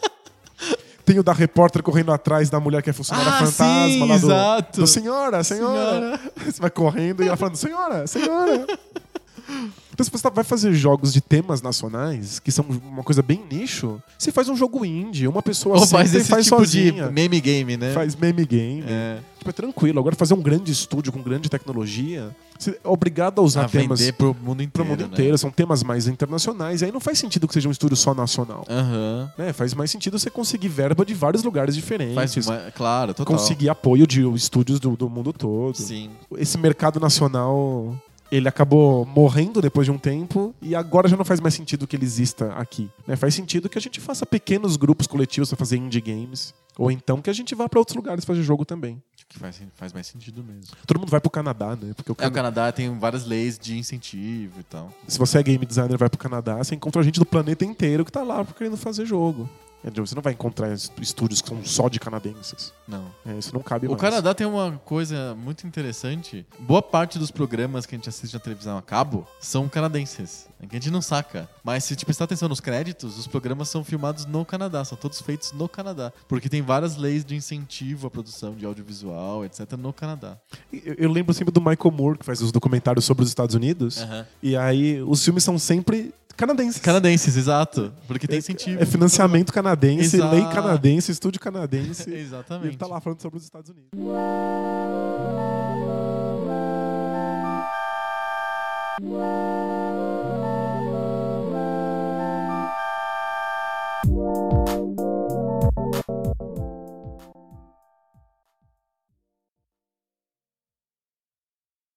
Tem o da repórter correndo atrás da mulher que é funcionária fantasma. Sim, lá exato. do senhora. Você vai correndo e ela falando, senhora. Então, se você vai fazer jogos de temas nacionais, que são uma coisa bem nicho, você faz um jogo indie, uma pessoa Ou senta faz e esse faz tipo sozinha. de meme game, né? Faz meme game. Tipo, é tranquilo. Agora, fazer um grande estúdio com grande tecnologia, você é obrigado a usar temas vender pro mundo inteiro, São temas mais internacionais. E aí não faz sentido que seja um estúdio só nacional. Né? Faz mais sentido você conseguir verba de vários lugares diferentes. Claro, total. Conseguir apoio de estúdios do mundo todo. Sim. Esse mercado nacional, ele acabou morrendo depois de um tempo e agora já não faz mais sentido que ele exista aqui. Né? Faz sentido que a gente faça pequenos grupos coletivos para fazer indie games. Ou então que a gente vá para outros lugares fazer jogo também. Que faz mais sentido mesmo. Todo mundo vai pro Canadá, né? Porque o Canadá tem várias leis de incentivo e tal. Se você é game designer e vai pro Canadá, você encontra gente do planeta inteiro que tá lá querendo fazer jogo. Você não vai encontrar estúdios que são só de canadenses. Não. Isso não cabe mais. O Canadá tem uma coisa muito interessante. Boa parte dos programas que a gente assiste na televisão a cabo são canadenses. É que a gente não saca. Mas se prestar atenção nos créditos, os programas são filmados no Canadá. São todos feitos no Canadá. Porque tem várias leis de incentivo à produção de audiovisual, etc. no Canadá. Eu lembro sempre do Michael Moore, que faz os documentários sobre os Estados Unidos. E aí os filmes são sempre canadenses. Canadenses, exato. Porque tem incentivo. É financiamento canadense, Exato. lei canadense, estúdio canadense. Exatamente. E ele tá lá falando sobre os Estados Unidos.